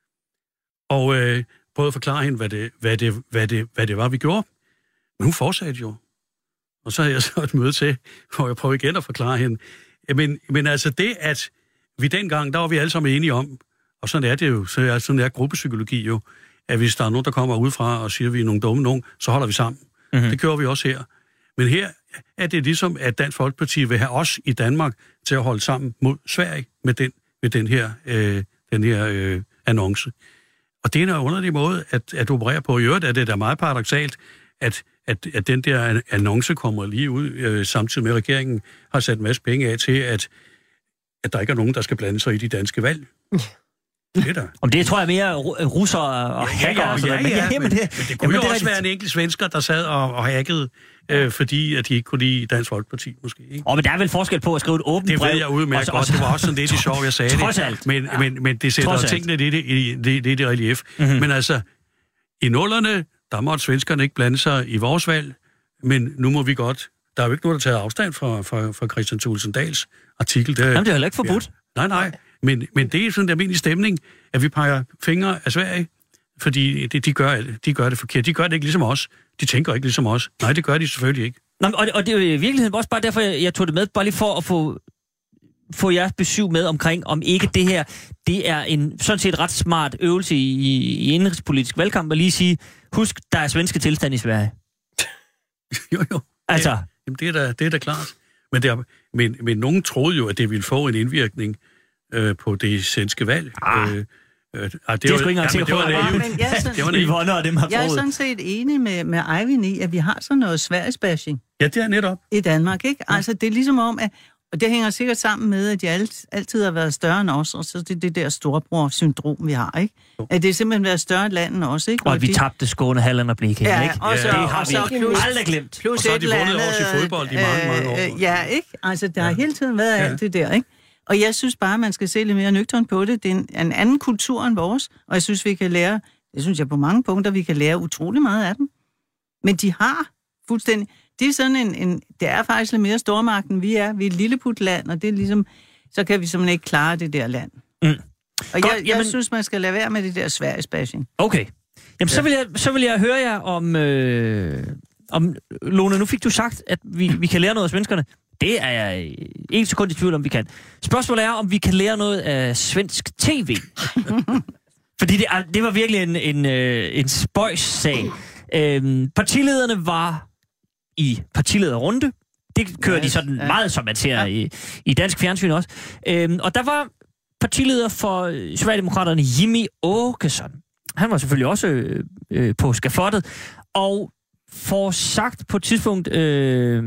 Og øh, prøvede at forklare hende, hvad det, hvad, det, hvad, det, hvad det var, vi gjorde. Men hun fortsatte jo. Og så havde jeg så et møde til, hvor jeg prøvede igen at forklare hende. Men, men altså det, at vi dengang, der var vi alle sammen enige om, og sådan er det jo, så er, sådan er gruppepsykologi jo, at hvis der er nogen, der kommer udefra og siger, at vi er nogle dumme nogen, så holder vi sammen. Mm-hmm. Det gør vi også her. Men her er det ligesom, at Dansk Folkeparti vil have os i Danmark til at holde sammen mod Sverige med den, med den her, øh, den her øh, annonce. Og det er en underlig måde at, at operere på. I øvrigt er det da meget paradoksalt, at, at, at den der annonce kommer lige ud, øh, samtidig med, at regeringen har sat en masse penge af til, at, at der ikke er nogen, der skal blande sig i de danske valg. Det der. Om det tror jeg mere russer og ja, hacker. Ja, ja, ja, ja, ja, men, men, det, men det kunne jamen, jo det også være en enkelt svensker, der sad og, og hackede, øh, fordi at de ikke kunne lide Dansk Folkeparti, måske. Ikke? Oh, men der er vel forskel på at skrive et åbent brev. brev. Det ved jeg udmærket godt. Det var også sådan lidt i sjov, jeg sagde det. Trods alt. Men, ja. men, men det sætter tingene lidt i det, det, det relief. Mm-hmm. Men altså, i nullerne, der måtte svenskerne ikke blande sig i vores valg, men nu må vi godt. Der er jo ikke noget, der tager afstand fra, fra, fra Christian Thulesen Dahls artikel. Der, jamen, det er heller ikke forbudt. Ja. Nej, nej. Men, men det er sådan en almindelig stemning, at vi peger fingre af Sverige, fordi de, de, gør, de gør det forkert. De gør det ikke ligesom os. De tænker ikke ligesom os. Nej, det gør de selvfølgelig ikke. Nå, og, og det er jo i virkeligheden også bare derfor, jeg, jeg tog det med, bare lige for at få, få jeres besøg med omkring, om ikke det her, det er en sådan set ret smart øvelse i, i indrigspolitisk valgkamp, at lige sige, husk, der er svenske tilstand i Sverige. jo, jo. Altså. Ja, jamen, det er da, det er da klart. Men, det er, men, men nogen troede jo, at det ville få en indvirkning øh, på det svenske valg. Ah. Øh, øh, det, det er sgu ikke engang sikker på, at jeg er sådan set enig med, med Eivind i, at vi har sådan noget Sveriges-bashing. Ja, det er netop. I Danmark, ikke? Ja. Altså, det er ligesom om, at, og det hænger sikkert sammen med, at de alt, altid har været større end os, og så det er det der storebror-syndrom, vi har, ikke? Jo. At det er simpelthen været større end landet også, ikke? Og, og at vi de... tabte Skåne, Halland og Blekinge, ja, ikke? Også, ja, det har vi plus, aldrig glemt. Plus og så har de vundet også i fodbold i mange, mange år. Øh, ja, ikke? Altså, der ja. har hele tiden været ja. alt det der, ikke? Og jeg synes bare, man skal se lidt mere nøgtern på det. Det er en, en anden kultur end vores, og jeg synes, vi kan lære, det synes jeg på mange punkter, vi kan lære utrolig meget af dem. Men de har fuldstændig, det er sådan en, en det er faktisk lidt mere stormagt, end vi er. Vi er et lilleputland, og det er ligesom, så kan vi simpelthen ikke klare det der land. Mm. Og Godt, jeg, jeg jamen... synes, man skal lade være med det der Sveriges-bashing. Okay. Jamen, ja. så, vil jeg, så vil jeg høre jer om, øh, om Lone, nu fik du sagt, at vi, vi kan lære noget af svenskerne. Det er jeg ikke sekund i tvivl om, vi kan. Spørgsmålet er, om vi kan lære noget af svensk tv. Fordi det, er, det var virkelig en, en, en spøjs-sag. Øhm, partilederne var i partilederrunde. Det kører ja, de sådan ja. meget, som man ser ja. i, i dansk fjernsyn også. Øhm, og der var partileder for Sverigedemokraterne Jimmie Åkesson. Han var selvfølgelig også øh, øh, på skafottet. Og får sagt på et tidspunkt... Øh,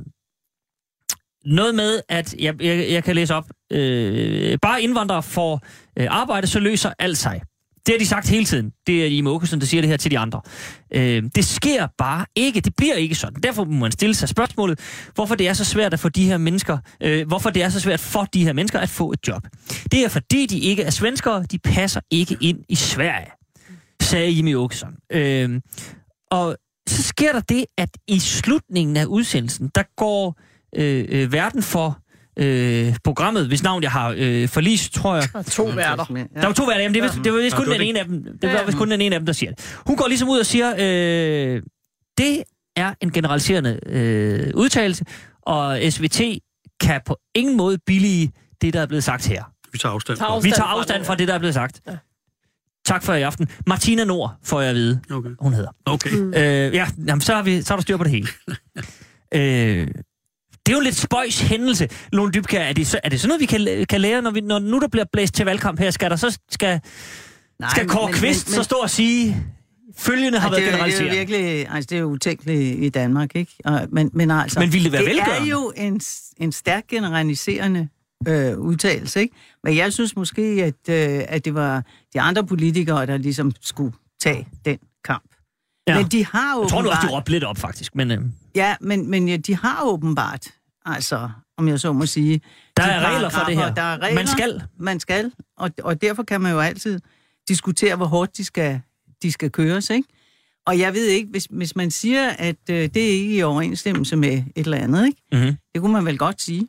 Noget med, at jeg, jeg, jeg kan læse op. Øh, bare indvandrere får øh, arbejde, så løser alt sig. Det har de sagt hele tiden. Det er Jimmie Åkesson, der siger det her til de andre. Øh, det sker bare ikke. Det bliver ikke sådan. Derfor må man stille sig spørgsmålet, hvorfor det er så svært at få de her mennesker, øh, hvorfor det er så svært for de her mennesker at få et job. Det er fordi, de ikke er svenskere. De passer ikke ind i Sverige, sagde Jimmie Åkesson. Øh, og så sker der det, at i slutningen af udsendelsen, der går Øh, øh, verden for øh, programmet, hvis navn jeg har øh, forlist, tror jeg. Der er to værter. Ja. Der var to værter, jamen det var, det var vist kun den ene af dem. Det var vist kun den ene af dem, der siger det. Hun går ligesom ud og siger, øh, det er en generaliserende øh, udtalelse, og S V T kan på ingen måde billige det, der er blevet sagt her. Vi tager afstand fra, Vi tager afstand fra det, der er blevet sagt. Ja. Tak for i aften. Martina Nord, får jeg at vide, okay. hun hedder. Okay. Øh, ja, jamen, så, har vi, så har du styr på det hele. øh, det er jo en lidt spøjs hændelse. Lone Dybkjær, er det, så, er det sådan noget, vi kan, kan lære, når, vi, når nu der bliver blæst til valgkamp her? Skal der så skal, Nej, skal Kåre Kvist så stå og sige, følgende har været generaliseret? Det er jo virkelig, altså det er jo utænkeligt i Danmark, ikke? Og, men, men altså, men ville det være det velgørende? er jo en, en stærk generaliserende øh, udtalelse, ikke? Men jeg synes måske, at, øh, at det var de andre politikere, der ligesom skulle tage den kamp. Ja. Men de har åbenbart... Jeg tror nu også, de råbte lidt op, faktisk. Men, øh... Ja, men, men ja, de har åbenbart, altså, om jeg så må sige... Der de er regler for det her. Der er regler, man skal. Man skal, og, og derfor kan man jo altid diskutere, hvor hårdt de skal, de skal køres, ikke? Og jeg ved ikke, hvis, hvis man siger, at øh, det er ikke i overensstemmelse med et eller andet, ikke? Mm-hmm. Det kunne man vel godt sige.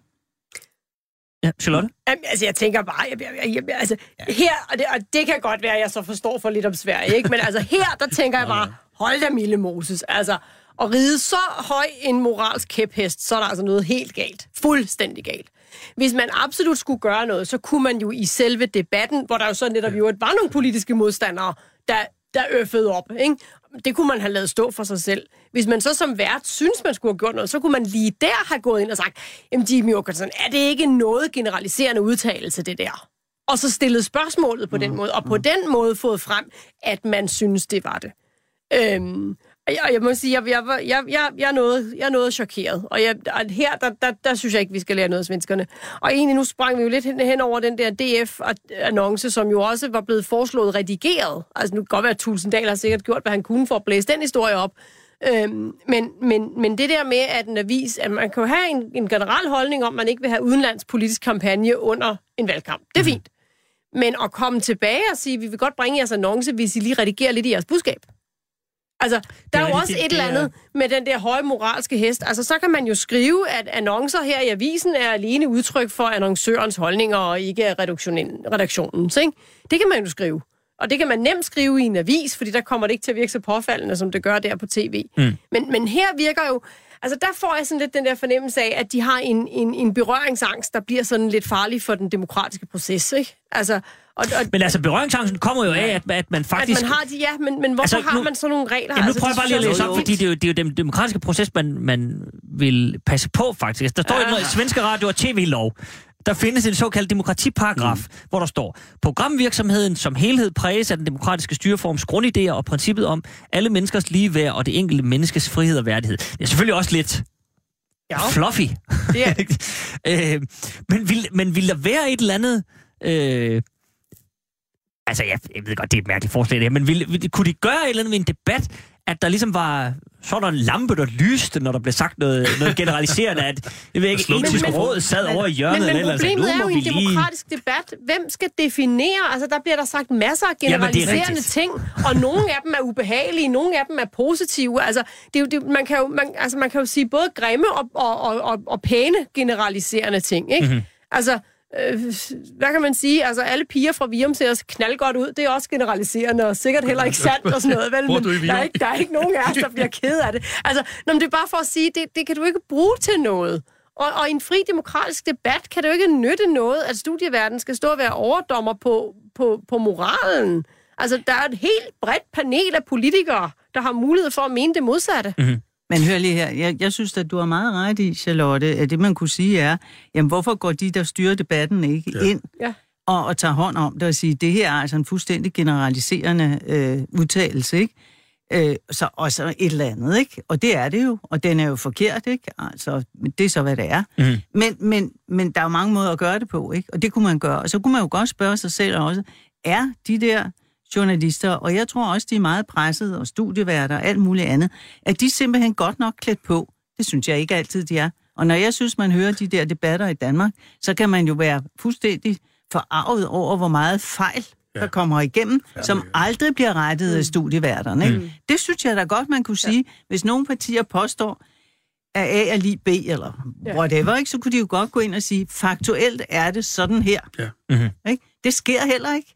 Ja, Charlotte? Jamen, altså, jeg tænker bare, jeg, jeg, jeg, altså, ja. her, og det, og det kan godt være, at jeg så forstår for lidt om Sverige, ikke? Men altså, her, der tænker jeg bare, hold da Mille Moses, altså, at ride så høj en moralsk kæphest, så er der altså noget helt galt. Fuldstændig galt. Hvis man absolut skulle gøre noget, så kunne man jo i selve debatten, hvor der jo så netop jo var nogle politiske modstandere, der, der øffede op, ikke? Det kunne man have lavet stå for sig selv. Hvis man så som vært synes, man skulle have gjort noget, så kunne man lige der have gået ind og sagt, jamen Jimmy Åkesson, er det ikke noget generaliserende udtalelse, det der? Og så stillet spørgsmålet på den måde, og på den måde fået frem, at man synes, det var det. Øhm, og jeg, jeg må sige, jeg, jeg, jeg, jeg, jeg, er noget, jeg er noget chokeret, og, jeg, og her, der, der, der synes jeg ikke, vi skal lære noget af svenskerne. Og egentlig nu sprang vi jo lidt hen, hen over den der D F-annonce, som jo også var blevet foreslået redigeret. Altså nu kan godt være, at Tulsendal har sikkert gjort, hvad han kunne for at blæse den historie op. Øhm, men, men, men det der med, at en avis, at man kan jo have en, en generel holdning om, at man ikke vil have udenlandspolitisk kampagne under en valgkamp. Det er fint. Men at komme tilbage og sige, vi vil godt bringe jeres annonce, hvis I lige redigerer lidt i jeres budskab. Altså, der er jo også et eller andet med den der høje moralske hest. Altså, så kan man jo skrive, at annoncer her i avisen er alene udtryk for annoncørens holdninger og ikke redaktionens, ikke? Det kan man jo skrive. Og det kan man nemt skrive i en avis, fordi der kommer det ikke til at virke så påfaldende, som det gør der på tv. Mm. Men, men her virker jo... Altså, der får jeg sådan lidt den der fornemmelse af, at de har en, en, en berøringsangst, der bliver sådan lidt farlig for den demokratiske proces, ikke? Altså... Og, og, men altså, berøringsangsten kommer jo af, at, at man faktisk... At man har de, ja, men, men hvorfor altså, nu, har man sådan nogle regler? Ja, nu altså, prøver jeg bare lige at læse op, fordi det er, jo, det er jo den demokratiske proces, man, man vil passe på, faktisk. Der står jo noget i Svenske Radio- og T V-lov. Der findes en såkaldt demokratiparagraf, mm. hvor der står, programvirksomheden som helhed præges af den demokratiske styreforms grundidéer og princippet om alle menneskers ligeværd og det enkelte menneskes frihed og værdighed. Det er selvfølgelig også lidt... Ja. Fluffy. Det er. øh, men, vil, men vil der være et eller andet... Øh, Altså, jeg, jeg ved godt, det er et mærkeligt forslag, det her, men ville, ville, kunne de gøre et eller andet med en debat, at der ligesom var sådan en lampe, der lyste, når der blev sagt noget, noget generaliserende, at jeg ved ikke, etisk råd sad men, over i hjørnet. Men, men eller problemet altså, er jo i en demokratisk lige... debat, hvem skal definere, altså der bliver der sagt masser af generaliserende ja, ting, og nogle af dem er ubehagelige, nogle af dem er positive, altså, det er jo, det, man, kan jo, man, altså man kan jo sige både grimme og, og, og, og, og pæne generaliserende ting, ikke? Mm-hmm. Altså, Øh, hvad kan man sige? Altså, alle piger fra Virum ser os knaldgodt ud. Det er også generaliserende, og sikkert heller ikke sandt og sådan noget. Vel? Men der er, ikke, der er ikke nogen af os, der bliver ked af det. Altså, når det er bare for at sige, det, det kan du ikke bruge til noget. Og, og i en fri demokratisk debat kan det jo ikke nytte noget, at studieverdenen skal stå og være overdommer på, på, på moralen. Altså, der er et helt bredt panel af politikere, der har mulighed for at mene det modsatte. Mm-hmm. Men hør lige her, jeg, jeg synes, at du har meget ret i, Charlotte, at det man kunne sige er, jamen hvorfor går de, der styrer debatten, ikke ja. ind ja. Og, og tager hånd om det og siger, det her er altså en fuldstændig generaliserende øh, udtalelse, ikke? Øh, så, og så et eller andet, ikke? Og det er det jo, og den er jo forkert, ikke? Altså, det er så, hvad det er. Mm. Men, men, men der er jo mange måder at gøre det på, ikke? Og det kunne man gøre. Og så kunne man jo godt spørge sig selv også, er de der journalister, og jeg tror også, de er meget presset, og studieværter og alt muligt andet, at de simpelthen godt nok klædt på. Det synes jeg ikke altid, de er. Og når jeg synes, man hører de der debatter i Danmark, så kan man jo være fuldstændig forarvet over, hvor meget fejl, ja. der kommer igennem, ja, som aldrig bliver rettet af studieværterne. Ikke? Mm. Det synes jeg da godt, man kunne sige, ja. hvis nogle partier påstår, at A er lige B, eller ja. whatever, ikke? Så kunne de jo godt gå ind og sige, faktuelt er det sådan her. Ja. Mm-hmm. Ikke? Det sker heller ikke.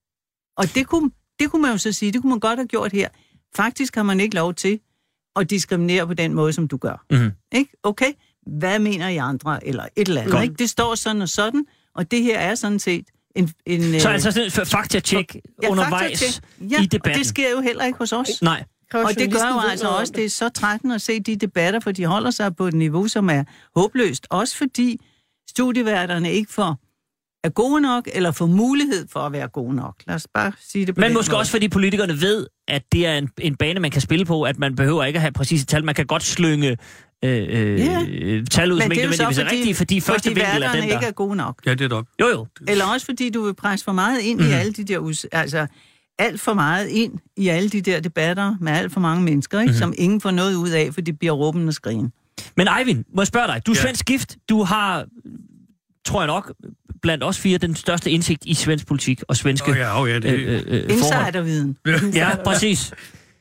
Og det kunne, det kunne man jo så sige, det kunne man godt have gjort her. Faktisk har man ikke lov til at diskriminere på den måde, som du gør. Mm-hmm. Ikke? Okay, hvad mener I andre? Eller et eller andet. Ikke? Det står sådan og sådan, og det her er sådan set en... en så altså sådan et faktatjek ja, undervejs ja, i debatten? og det sker jo heller ikke hos os. Nej. Kræver Og det gør jo journalisten altså ved noget også, om det er så trættende at se de debatter, for de holder sig på et niveau, som er håbløst. Også fordi studieværterne ikke får er gode nok, eller får mulighed for at være gode nok. Lad os bare sige det på Men den måske måde. også fordi politikerne ved, at det er en, en bane, man kan spille på, at man behøver ikke at have præcise tal. Man kan godt slynge øh, øh, Ja. tal ud, Men som ikke det er jo nødvendigvis så, er fordi, rigtige, fordi første fordi vinkel er værterne den, der... ikke er gode nok. Ja, det er nok. Jo, jo. Eller også fordi du vil presse for meget ind mm. i alle de der... Us- altså, alt for meget ind i alle de der debatter med alt for mange mennesker, ikke? Mm-hmm. Som ingen får noget ud af, for de bliver råben og skrigen. Men Eivind, må jeg spørge dig. Du er Ja. svensk gift. Du har, tror jeg nok, blandt os fire, den største indsigt i svensk politik og svenske Åh ja, oh ja, det... øh, øh, forhold. Insiderviden. Ja, præcis.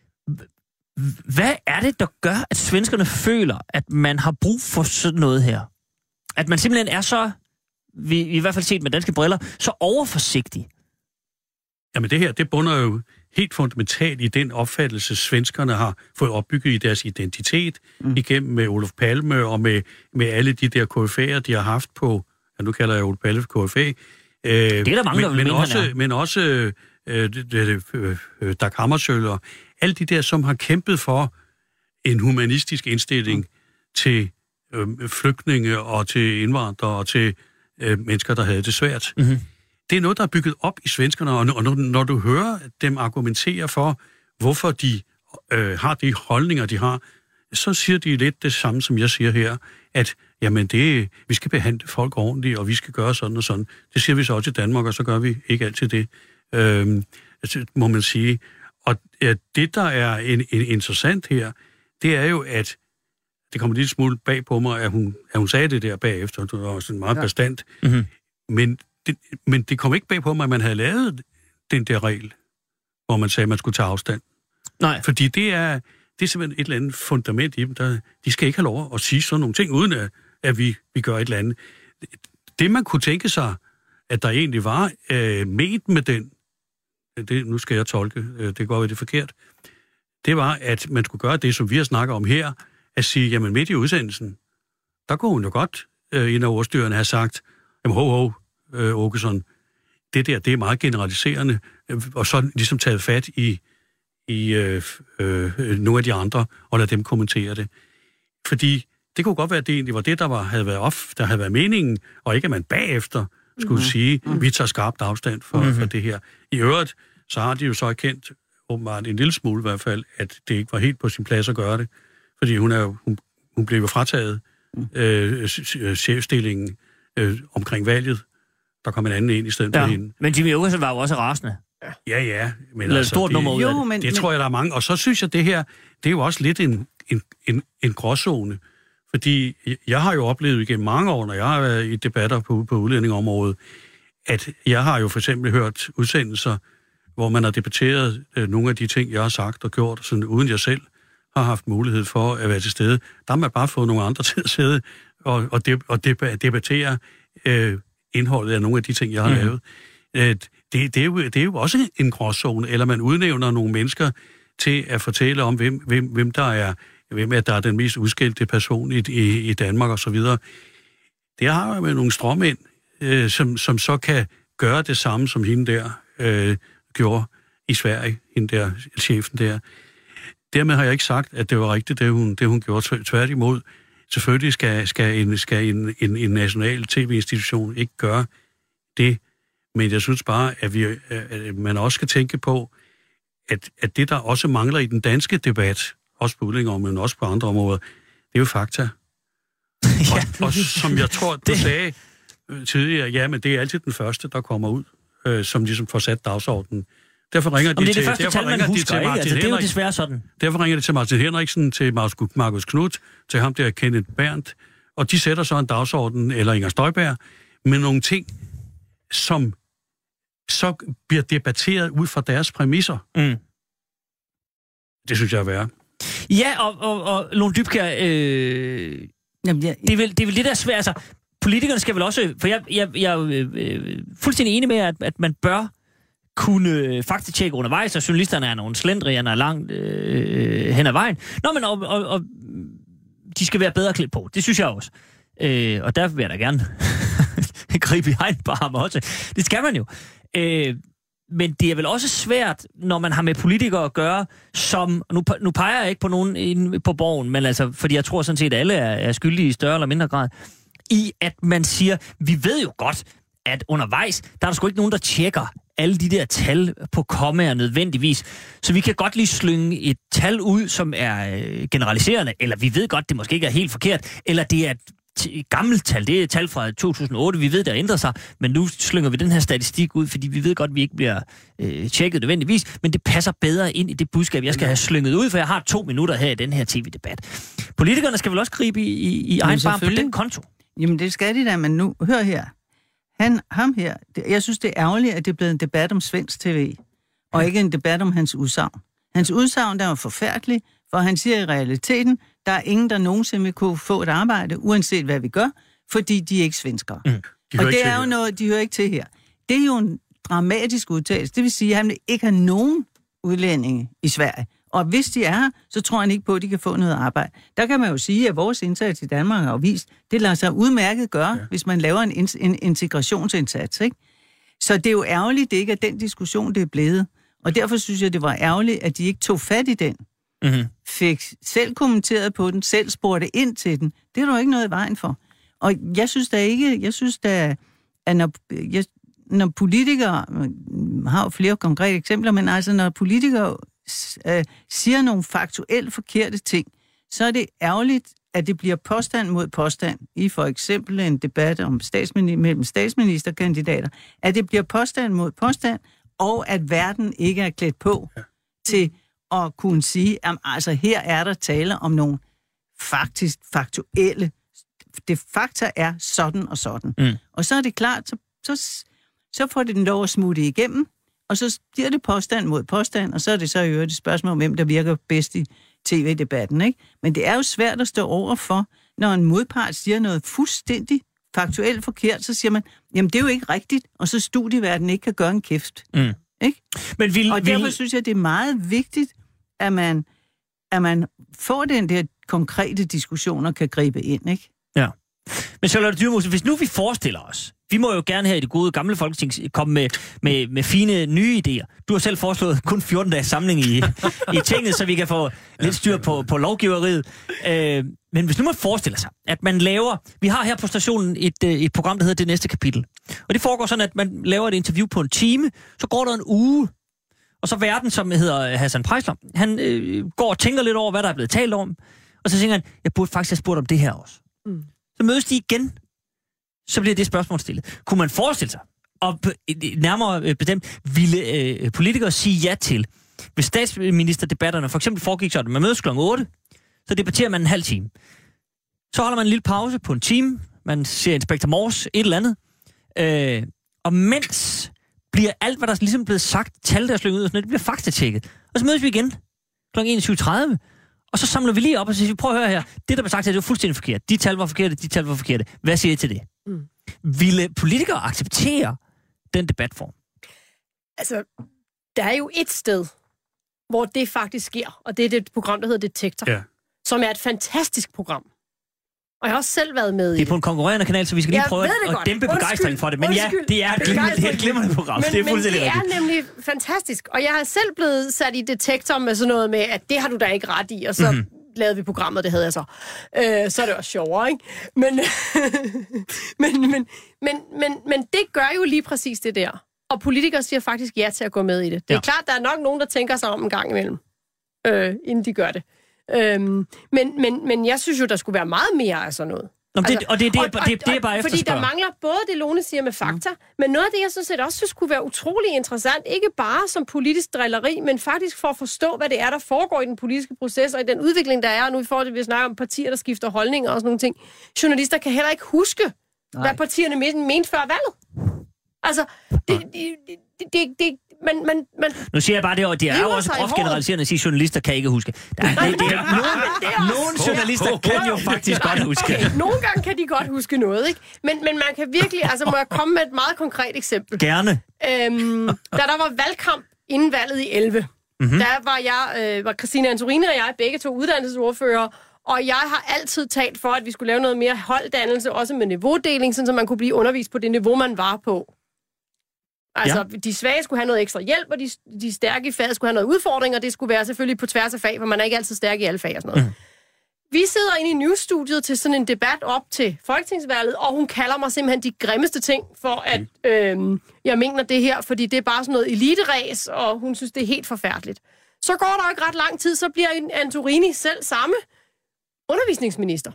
Hvad er det, der gør, at svenskerne føler, at man har brug for sådan noget her? At man simpelthen er så, vi i hvert fald set med danske briller, så overforsigtig. Jamen det her, det bunder jo helt fundamentalt i den opfattelse, svenskerne har fået opbygget i deres identitet, mm. igennem med Olof Palme og med, med alle de der K F A'er, de har haft på, ja, nu kalder jeg Olof Palme for K F A. Øh, det er der mange, men, der vil men mene, også, han er. Men også øh, det, det, øh, øh, Dag Hammarskjöld og alle de der, som har kæmpet for en humanistisk indstilling mm. til øh, flygtninge og til indvandrere og til øh, mennesker, der havde det svært. Mm-hmm. Det er noget, der er bygget op i svenskerne, og når, når du hører dem argumentere for, hvorfor de øh, har de holdninger, de har, så siger de lidt det samme, som jeg siger her, at jamen det, vi skal behandle folk ordentligt, og vi skal gøre sådan og sådan. Det siger vi så også i Danmark, og så gør vi ikke altid det, øh, må man sige. Og ja, det, der er en, en interessant her, det er jo, at det kommer lidt smule bag på mig, at hun, at hun sagde det der bagefter, det var også meget ja. bestandt, mm-hmm. men Det, men det kom ikke bag på mig, at man havde lavet den der regel, hvor man sagde, at man skulle tage afstand. Nej. Fordi det er, det er simpelthen et eller andet fundament i dem. Der, de skal ikke have lov at sige sådan nogle ting, uden at, at vi, vi gør et eller andet. Det, man kunne tænke sig, at der egentlig var øh, ment med den, det, nu skal jeg tolke, øh, det går jo det forkert, det var, at man skulle gøre det, som vi har snakket om her, at sige, jamen midt i udsendelsen, der kunne hun jo godt, øh, en af ordstyrerne have sagt, jamen hov, hov, Øh, Åkesson, det der, det er meget generaliserende, øh, og så ligesom taget fat i, i øh, øh, nogle af de andre, og lade dem kommentere det. Fordi det kunne godt være, at det egentlig var det, der var, havde været off, der havde været meningen, og ikke at man bagefter skulle mm-hmm. sige, at vi tager skarpt afstand for, mm-hmm. for det her. I øvrigt, så har de jo så erkendt, åbenbart en lille smule i hvert fald, at det ikke var helt på sin plads at gøre det, fordi hun, er, hun, hun blev jo frataget øh, chefstillingen øh, omkring valget. Der kom en anden ind i stedet ja. for hende. Men Jimmy Åkesson var jo også rasende. Ja, ja. Men Eller altså, stort det, nummer ud af jo, det. men, det men, tror jeg, der er mange. Og så synes jeg, det her, det er jo også lidt en, en, en, en gråzone. Fordi jeg har jo oplevet igennem mange år, når jeg har været i debatter på, på udlændingområdet, at jeg har jo for eksempel hørt udsendelser, hvor man har debatteret øh, nogle af de ting, jeg har sagt og gjort, sådan, uden jeg selv har haft mulighed for at være til stede. Der har man bare fået nogle andre til at sidde og, og, de, og debattere øh, indholdet af nogle af de ting, jeg har mm. lavet. Det, det, er jo, det er jo også en gråzone, eller man udnævner nogle mennesker til at fortælle om, hvem, hvem, hvem der er hvem er, der er den mest udskilte person i, i, i Danmark og så videre. Det har jo med nogle stråmænd, øh, som, som så kan gøre det samme, som hende der øh, gjorde i Sverige, hende der, chefen der. Dermed har jeg ikke sagt, at det var rigtigt, det hun, det hun gjorde. Tværtimod, selvfølgelig skal, skal, en, skal en, en, en national tv-institution ikke gøre det, men jeg synes bare, at, vi, at man også skal tænke på, at, at det, der også mangler i den danske debat, også på udlændingeområdet, men også på andre områder, det er jo fakta. ja. og, og som jeg tror, du det... sagde tidligere, ja, men det er altid den første, der kommer ud, øh, som ligesom får sat dagsordenen. Derfor ringer de det er til, det første derfor tal, ringer man de husker, til ikke? Martin Altså, det er jo Henrik. desværre sådan. Derfor ringer de til Martin Henriksen, til Markus Knudt, til ham der Kenneth Berndt, og de sætter så en dagsorden, eller Inger Støjberg, med nogle ting, som så bliver debatteret ud fra deres præmisser. Mm. Det synes jeg er værre. Ja, og, og, og Lone Dybkjær, øh, Jamen, ja, det, er vel, det er vel det, der er svært. Altså, politikerne skal vel også... For jeg, jeg, jeg er øh, fuldstændig enig med, at, at man bør kunne faktatjekke undervejs, og journalisterne er nogle slendrianer langt øh, hen ad vejen. Nå, men og, og, og, de skal være bedre klædt på. Det synes jeg også. Øh, og der vil jeg da gerne gribe i egen barm også. Det skal man jo. Øh, men det er vel også svært, når man har med politikere at gøre, som, nu, nu peger jeg ikke på nogen inde på borgen, men altså, fordi jeg tror sådan set, at alle er, er skyldige i større eller mindre grad, i at man siger, vi ved jo godt, at undervejs, der er der sgu ikke nogen, der tjekker alle de der tal på kommaer nødvendigvis. Så vi kan godt lige slynge et tal ud, som er øh, generaliserende, eller vi ved godt, det måske ikke er helt forkert, eller det er et t- gammelt tal, det er et tal fra to tusind og otte, vi ved, der ændrer sig, men nu slynger vi den her statistik ud, fordi vi ved godt, at vi ikke bliver øh, tjekket nødvendigvis, men det passer bedre ind i det budskab, jeg skal have slynget ud, for jeg har to minutter her i den her tv-debat. Politikerne skal vel også gribe i, i, i egen barm på den konto? Jamen det skal de da, men nu, hør her. Han, ham her, det, jeg synes, det er ærgerligt, at det er blevet en debat om svensk tv, og ikke en debat om hans udsagn. Hans udsagn, der var forfærdelig, for han siger i realiteten, der er ingen, der nogensinde vil kunne få et arbejde, uanset hvad vi gør, fordi de er ikke svenskere. Mm. De og det er jo noget, de hører ikke til her. Det er jo en dramatisk udtalelse. Det vil sige, at han vil ikke have nogen udlændinge i Sverige. Og hvis de er her, så tror han ikke på, at de kan få noget arbejde. Der kan man jo sige, at vores indsats i Danmark har vist, det lader sig udmærket gøre, ja. Hvis man laver en, in- en integrationsindsats. Ikke? Så det er jo ærgerligt, det ikke er den diskussion, det er blevet. Og derfor synes jeg, det var ærgerligt, at de ikke tog fat i den. Mm-hmm. Fik selv kommenteret på den, selv spurgte ind til den. Det er der jo ikke noget i vejen for. Og jeg synes da ikke, jeg synes da, at når, jeg, når politikere, har jo flere konkrete eksempler, men altså når politikere øh, siger nogle faktuelt forkerte ting, så er det ærgerligt, at det bliver påstand mod påstand, i for eksempel en debat om statsminister, mellem statsministerkandidater, at det bliver påstand mod påstand, og at verden ikke er klædt på ja. til at kunne sige, at altså her er der tale om nogle faktisk faktuelle, det fakta er sådan og sådan. Mm. Og så er det klart, så, så, så får det den lov at smutte igennem, og så giver det påstand mod påstand, og så er det så i øvrigt et spørgsmål om, hvem der virker bedst i tv-debatten, ikke? Men det er jo svært at stå over for, når en modpart siger noget fuldstændig faktuelt forkert, så siger man, jamen det er jo ikke rigtigt, og så studieverdenen ikke kan gøre en kæft. Mm. Ikke? Men vil, og derfor vil... synes jeg, det er meget vigtigt, at man, at man får den der konkrete diskussion og kan gribe ind, ikke? Ja. Men Charlotte Dyremose, hvis nu vi forestiller os, vi må jo gerne her i det gode gamle folketing komme med, med, med fine nye idéer. Du har selv foreslået kun fjorten dages samling i, i tinget, så vi kan få lidt styr på, på lovgiveriet. Øh, men hvis nu man forestiller sig, at man laver... Vi har her på stationen et, et program, der hedder Det Næste Kapitel. Og det foregår sådan, at man laver et interview på en time, så går der en uge, og så verden, som hedder Hassan Preisler, han øh, går og tænker lidt over, hvad der er blevet talt om, og så tænker han, jeg burde faktisk have spurgt om det her også. Mm. Så mødes de igen, så bliver det spørgsmål stillet. Kunne man forestille sig, og nærmere bestemt, ville øh, politikere sige ja til, hvis statsministerdebatterne for eksempel foregik sådan, man mødes klokken otte, så debatterer man en halv time. Så holder man en lille pause på en time, man ser Inspektor Morse, et eller andet, øh, og mens bliver alt, hvad der er ligesom blevet sagt, tal der er slynget ud, og sådan noget, det bliver faktatjekket. Og så mødes vi igen klokken enogtyve tredive, og så samler vi lige op og siger, prøv at høre her, det der blev sagt, det var fuldstændig forkert. De tal var forkerte, de tal var forkerte. Hvad siger I til det? Mm. Ville politikere acceptere den debatform? Altså, der er jo et sted, hvor det faktisk sker, og det er det program, der hedder Detektor, ja. Som er et fantastisk program. Og jeg har også selv været med i det. Det er på en konkurrerende kanal, så vi skal lige prøve at godt. dæmpe begejstringen for det. Men undskyld. Ja, det er et glimrende, det er et glimrende program. Men, det er, men det er nemlig fantastisk. Og jeg har selv blevet sat i Detektor med sådan noget med, at det har du da ikke ret i, og så mm-hmm. lavede vi programmet, det havde jeg så. Øh, så er det også sjovere, ikke? Men, men, men, men, men, men det gør jo lige præcis det der. Og politikere siger faktisk ja til at gå med i det. Det er ja. klart, der er nok nogen, der tænker sig om en gang imellem, øh, inden de gør det. Øhm, men, men, men jeg synes jo, der skulle være meget mere af sådan noget. Nå, det, altså, og det, det, det, det, det er bare fordi der mangler både det, Lone siger med fakta, mm. men noget af det, jeg synes, også synes kunne være utrolig interessant, ikke bare som politisk drilleri, men faktisk for at forstå, hvad det er, der foregår i den politiske proces, og i den udvikling, der er, og nu får det, vi snakker om partier, der skifter holdninger og sådan nogle ting. Journalister kan heller ikke huske, Nej. hvad partierne mente før valget. Altså, det, det, det, det, det Men, men, men, nu siger jeg bare det, og det er jo også groft generaliserende at sige, at journalister kan ikke huske. Der er, Nej, det, det er, nogle, nogle journalister kan jo faktisk godt huske. Okay, nogle gange kan de godt huske noget, ikke? Men, men man kan virkelig, altså må jeg komme med et meget konkret eksempel. Gerne. Øhm, da der var valgkamp inden valget i elleve, mm-hmm. der var jeg, øh, var Christina Antorini og jeg begge to uddannelsesordførere, og jeg har altid talt for, at vi skulle lave noget mere holddannelse, også med niveaudeling, så man kunne blive undervist på det niveau, man var på. Altså, ja. de svage skulle have noget ekstra hjælp, og de, de stærke i faget skulle have noget udfordring, og det skulle være selvfølgelig på tværs af fag, for man er ikke altid stærk i alle fag og sådan noget. Mm. Vi sidder inde i News-studiet til sådan en debat op til folketingsvalget, og hun kalder mig simpelthen de grimmeste ting for, at øh, jeg mener det her, fordi det er bare sådan noget eliteræs, og hun synes, det er helt forfærdeligt. Så går der jo ikke ret lang tid, så bliver Antorini selv samme undervisningsminister.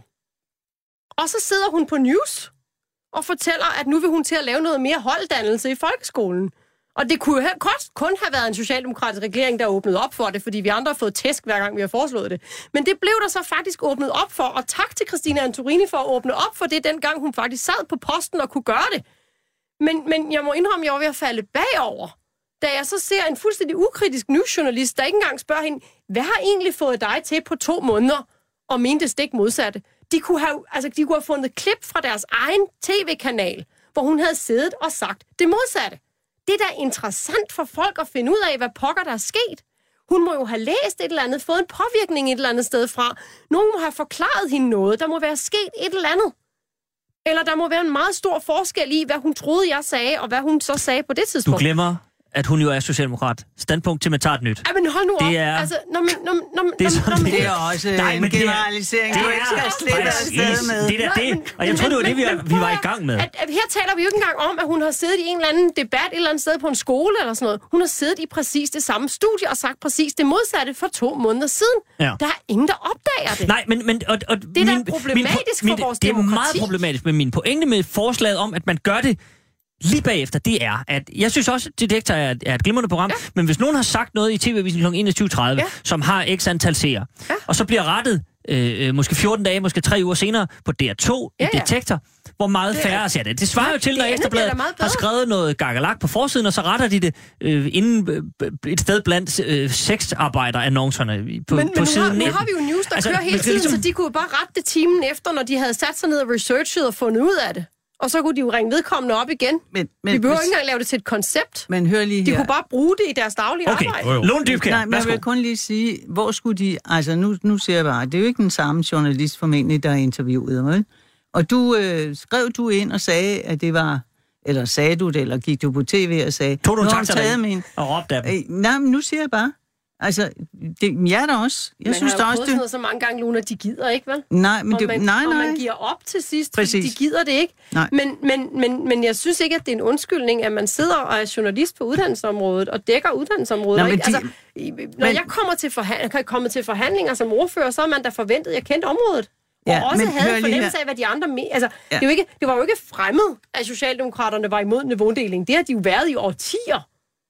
Og så sidder hun på News og fortæller, at nu vil hun til at lave noget mere holddannelse i folkeskolen. Og det kunne have, kun have været en socialdemokratisk regering, der åbnede op for det, fordi vi andre har fået tæsk, hver gang vi har foreslået det. Men det blev der så faktisk åbnet op for, og tak til Christina Antorini for at åbne op for det, dengang hun faktisk sad på posten og kunne gøre det. Men, men jeg må indrømme, at jeg var ved at falde bagover, da jeg så ser en fuldstændig ukritisk newsjournalist, der ikke engang spørger hende, hvad har egentlig fået dig til på to måneder, og mente stik modsatte. De kunne have, altså, de kunne have fundet klip fra deres egen tv-kanal, hvor hun havde siddet og sagt det modsatte. Det er da interessant for folk at finde ud af, hvad pokker der er sket. Hun må jo have læst et eller andet, fået en påvirkning et eller andet sted fra. Nogen må have forklaret hende noget. Der må være sket et eller andet. Eller der må være en meget stor forskel i, hvad hun troede, jeg sagde, og hvad hun så sagde på det tidspunkt. Du glemmer, at hun jo er socialdemokrat. Standpunkt til, man tager et nyt. Ja, men hold nu op. Det er... Altså, når man, når, når, det, er når, når, det er også Nej, en generalisering, du ikke skal slippe afsted med. Det er det. Og jeg tror, det var det, vi, vi var i gang med. At, at her taler vi jo ikke engang om, at hun har siddet i en eller anden debat et eller andet sted på en skole eller sådan noget. Hun har siddet i præcis det samme studie og sagt præcis det modsatte for to måneder siden. Ja. Der er ingen, der opdager det. Nej, men... men og, og det er min, da problematisk min, for vores det demokrati. Det er meget problematisk, men min pointe med forslaget om, at man gør det lige bagefter, det er, at jeg synes også, at Detektor er, er et glimrende program, ja. Men hvis nogen har sagt noget i tv-avisen kl. enogtyve tredive, ja. Som har x antal seere, ja. Og så bliver rettet øh, måske fjorten dage, måske tre uger senere på D R to ja, ja. I Detektor, hvor meget færre ser det. Det svarer jo til, når Ekstrabladet har skrevet noget gakkelak på forsiden, og så retter de det øh, inden øh, et sted blandt øh, sexarbejder-annoncerne på, men, på men siden. Men nu har vi jo news, der altså, kører hele tiden, ligesom... så de kunne bare rette det timen efter, når de havde sat sig ned og researchet og fundet ud af det. Og så kunne de jo ringe vedkommende op igen. Men, men, de behøver hvis... ikke engang lave det til et koncept. Men hør lige her. De kunne bare bruge det i deres daglige okay. arbejde. Okay, Lone Dybkjær. Nej, men jeg vil kun lige sige, hvor skulle de... Altså, nu, nu ser jeg bare, det er jo ikke den samme journalist formentlig, der interviewede mig. Og du øh, skrev du ind og sagde, at det var... Eller sagde du det, eller gik du på tv og sagde... Tog du en taxa min... og råbte af dem? Øh, nej, men nu siger jeg bare... Altså, det, jeg er der også. Jeg man synes har jo jo også, prøvet sådan noget så mange gange, Luna, de gider ikke, vel? Nej, men det, man, nej, nej. Og man giver op til sidst, Præcis. fordi de gider det ikke. Men, men, men, men jeg synes ikke, at det er en undskyldning, at man sidder og er journalist på uddannelsesområdet og dækker uddannelsesområdet. Nå, men ikke? de, altså, når men, jeg kommer til, forhand, kommer til forhandlinger som ordfører, så er man da forventet, at jeg kendte området. Ja, og også men, havde fornemmelse af, hvad de andre... Me- altså, ja. det, var ikke, det var jo ikke fremmed, at Socialdemokraterne var imod niveaudeling. Det har de jo været i årtier.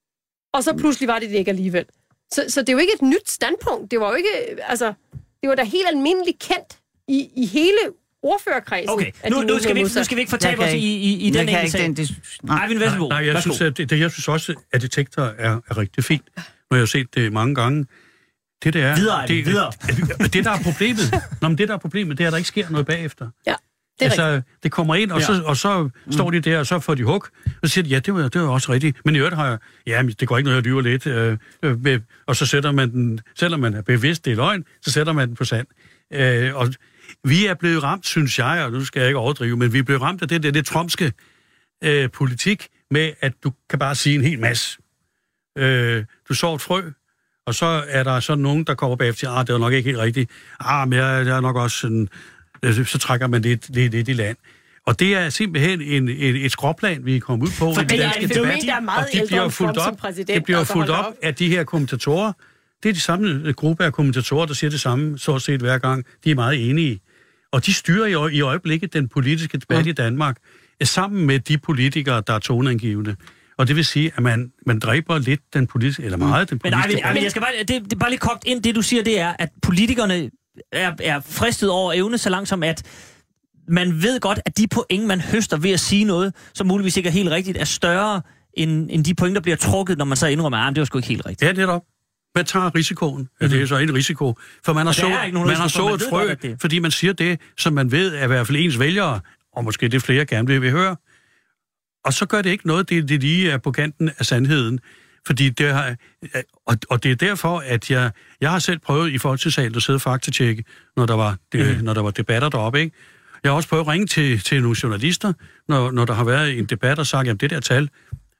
Og så pludselig var det det ikke alligevel. Så, så det er jo ikke et nyt standpunkt. Det var jo ikke, altså, det var da helt almindeligt kendt i, i hele ordførerkredsen. Okay, nu, nu, skal vi, nu skal vi ikke fortabe os i, i, i den enkelte sag. Den, nej, nej, nej, jeg synes, at det, jeg synes også, at Detektor er, er rigtig fint. Nu har jeg set det mange gange. Det, det er, videre, det, videre. Det, det, der er problemet, Nå, men det, der er problemet, det er, at der ikke sker noget bagefter. Ja. Det, altså, det kommer ind, og så, og så mm. står de der, og så får de hug, og så siger de, ja, det var, det var også rigtigt. Men i øvrigt har jeg, ja, det går ikke noget, jeg lyver lidt. Øh, øh, og så sætter man den, selvom man er bevidst, det er løgn, så sætter man den på sand. Øh, og vi er blevet ramt, synes jeg, og nu skal jeg ikke overdrive, men vi er blevet ramt af det der, det trumpske øh, politik med, at du kan bare sige en hel masse. Øh, du sår et frø, og så er der sådan nogen, der kommer bagefter, ah, det var nok ikke helt rigtigt. Ah, men jeg, jeg er nok også sådan... så trækker man lidt, lidt, lidt i land. Og det er simpelthen en, et, et skråplan, vi er kommet ud på. For det er en fænomen, der er meget ældre end Trump som præsident. Det bliver fuldt op, op af de her kommentatorer. Det er de samme gruppe af kommentatorer, der siger det samme, så set hver gang. De er meget enige. Og de styrer i, i øjeblikket den politiske debat ja. I Danmark, sammen med de politikere, der er toneangivende. Og det vil sige, at man, man dræber lidt den politiske, eller meget den politiske men, debat. Men jeg skal bare, det, det er bare lige kogt ind, det du siger, det er, at politikerne er, er fristet over evne så langsomt, at man ved godt, at de point, man høster ved at sige noget, som muligvis ikke er helt rigtigt, er større end, end de point, der bliver trukket, når man så indrømmer, at det var sgu ikke helt rigtigt. Ja, det er det. Man tager risikoen. Mm-hmm. Ja, det er så en risiko. For man har så, man risiko, har så et frø, godt, det. Fordi man siger det, som man ved, er i hvert fald ens vælgere, og måske det flere gerne vil, vil høre. Og så gør det ikke noget, det, det lige er på kanten af sandheden. Fordi det har, og, og det er derfor, at jeg, jeg har selv prøvet i Folketingssalen at sidde og faktatjekke, når der var, det, mm-hmm. når der var debatter deroppe, ikke? Jeg har også prøvet at ringe til, til nogle journalister, når, når der har været en debat og sagt, at det der tal,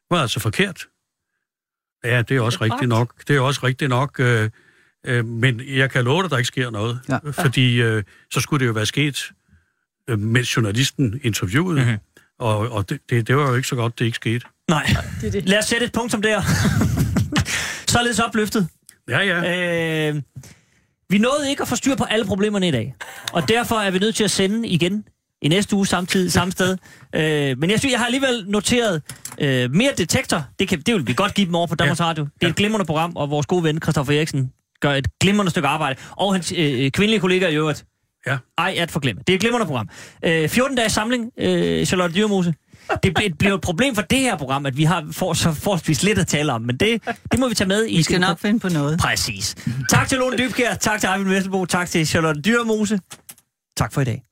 var altså forkert. Ja, det er også det er rigtigt nok. Det er også rigtigt nok, øh, øh, men jeg kan love dig, at der ikke sker noget. Ja. Fordi øh, så skulle det jo være sket, øh, mens journalisten interviewede, mm-hmm. og, og det, det, det var jo ikke så godt, det ikke skete. Nej, det det. Lad os sætte et punktum der. Således opløftet. Ja, ja. Øh, vi nåede ikke at få styr på alle problemerne i dag, og derfor er vi nødt til at sende igen i næste uge samtidig, samme sted. Øh, men jeg synes, jeg har alligevel noteret øh, mere Detektor. Det, kan, det vil vi godt give dem over på Danmarks ja. Radio. Det er et glimrende program, og vores gode ven, Christoffer Eriksen, gør et glimrende stykke arbejde. Og hans øh, kvindelige kollegaer i øvrigt. Ja. Ej, at forglemme. Det er et glimrende program. Øh, fjorten dages samling, øh, Charlotte Dyremose. Det bliver et problem for det her program, at vi har for, så forholdsvis lidt at tale om, men det, det må vi tage med i. Vi skal nok finde på noget. Præcis. Tak til Lone Dybkjær, tak til Eivind Vesselbo, tak til Charlotte Dyremose. Tak for i dag.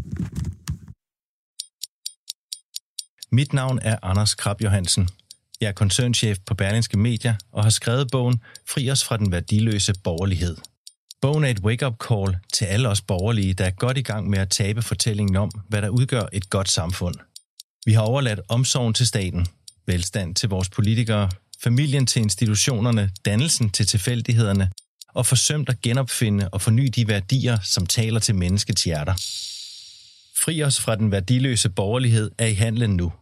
Mit navn er Anders Krab Johansen. Jeg er koncernchef på Berlingske Medier og har skrevet bogen Fri os fra den værdiløse borgerlighed. Bogen er et wake-up call til alle os borgerlige, der er godt i gang med at tabe fortællingen om, hvad der udgør et godt samfund. Vi har overladt omsorgen til staten, velstand til vores politikere, familien til institutionerne, dannelsen til tilfældighederne og forsømt at genopfinde og forny de værdier, som taler til menneskets hjerter. Fri os fra den værdiløse borgerlighed er i handlen nu.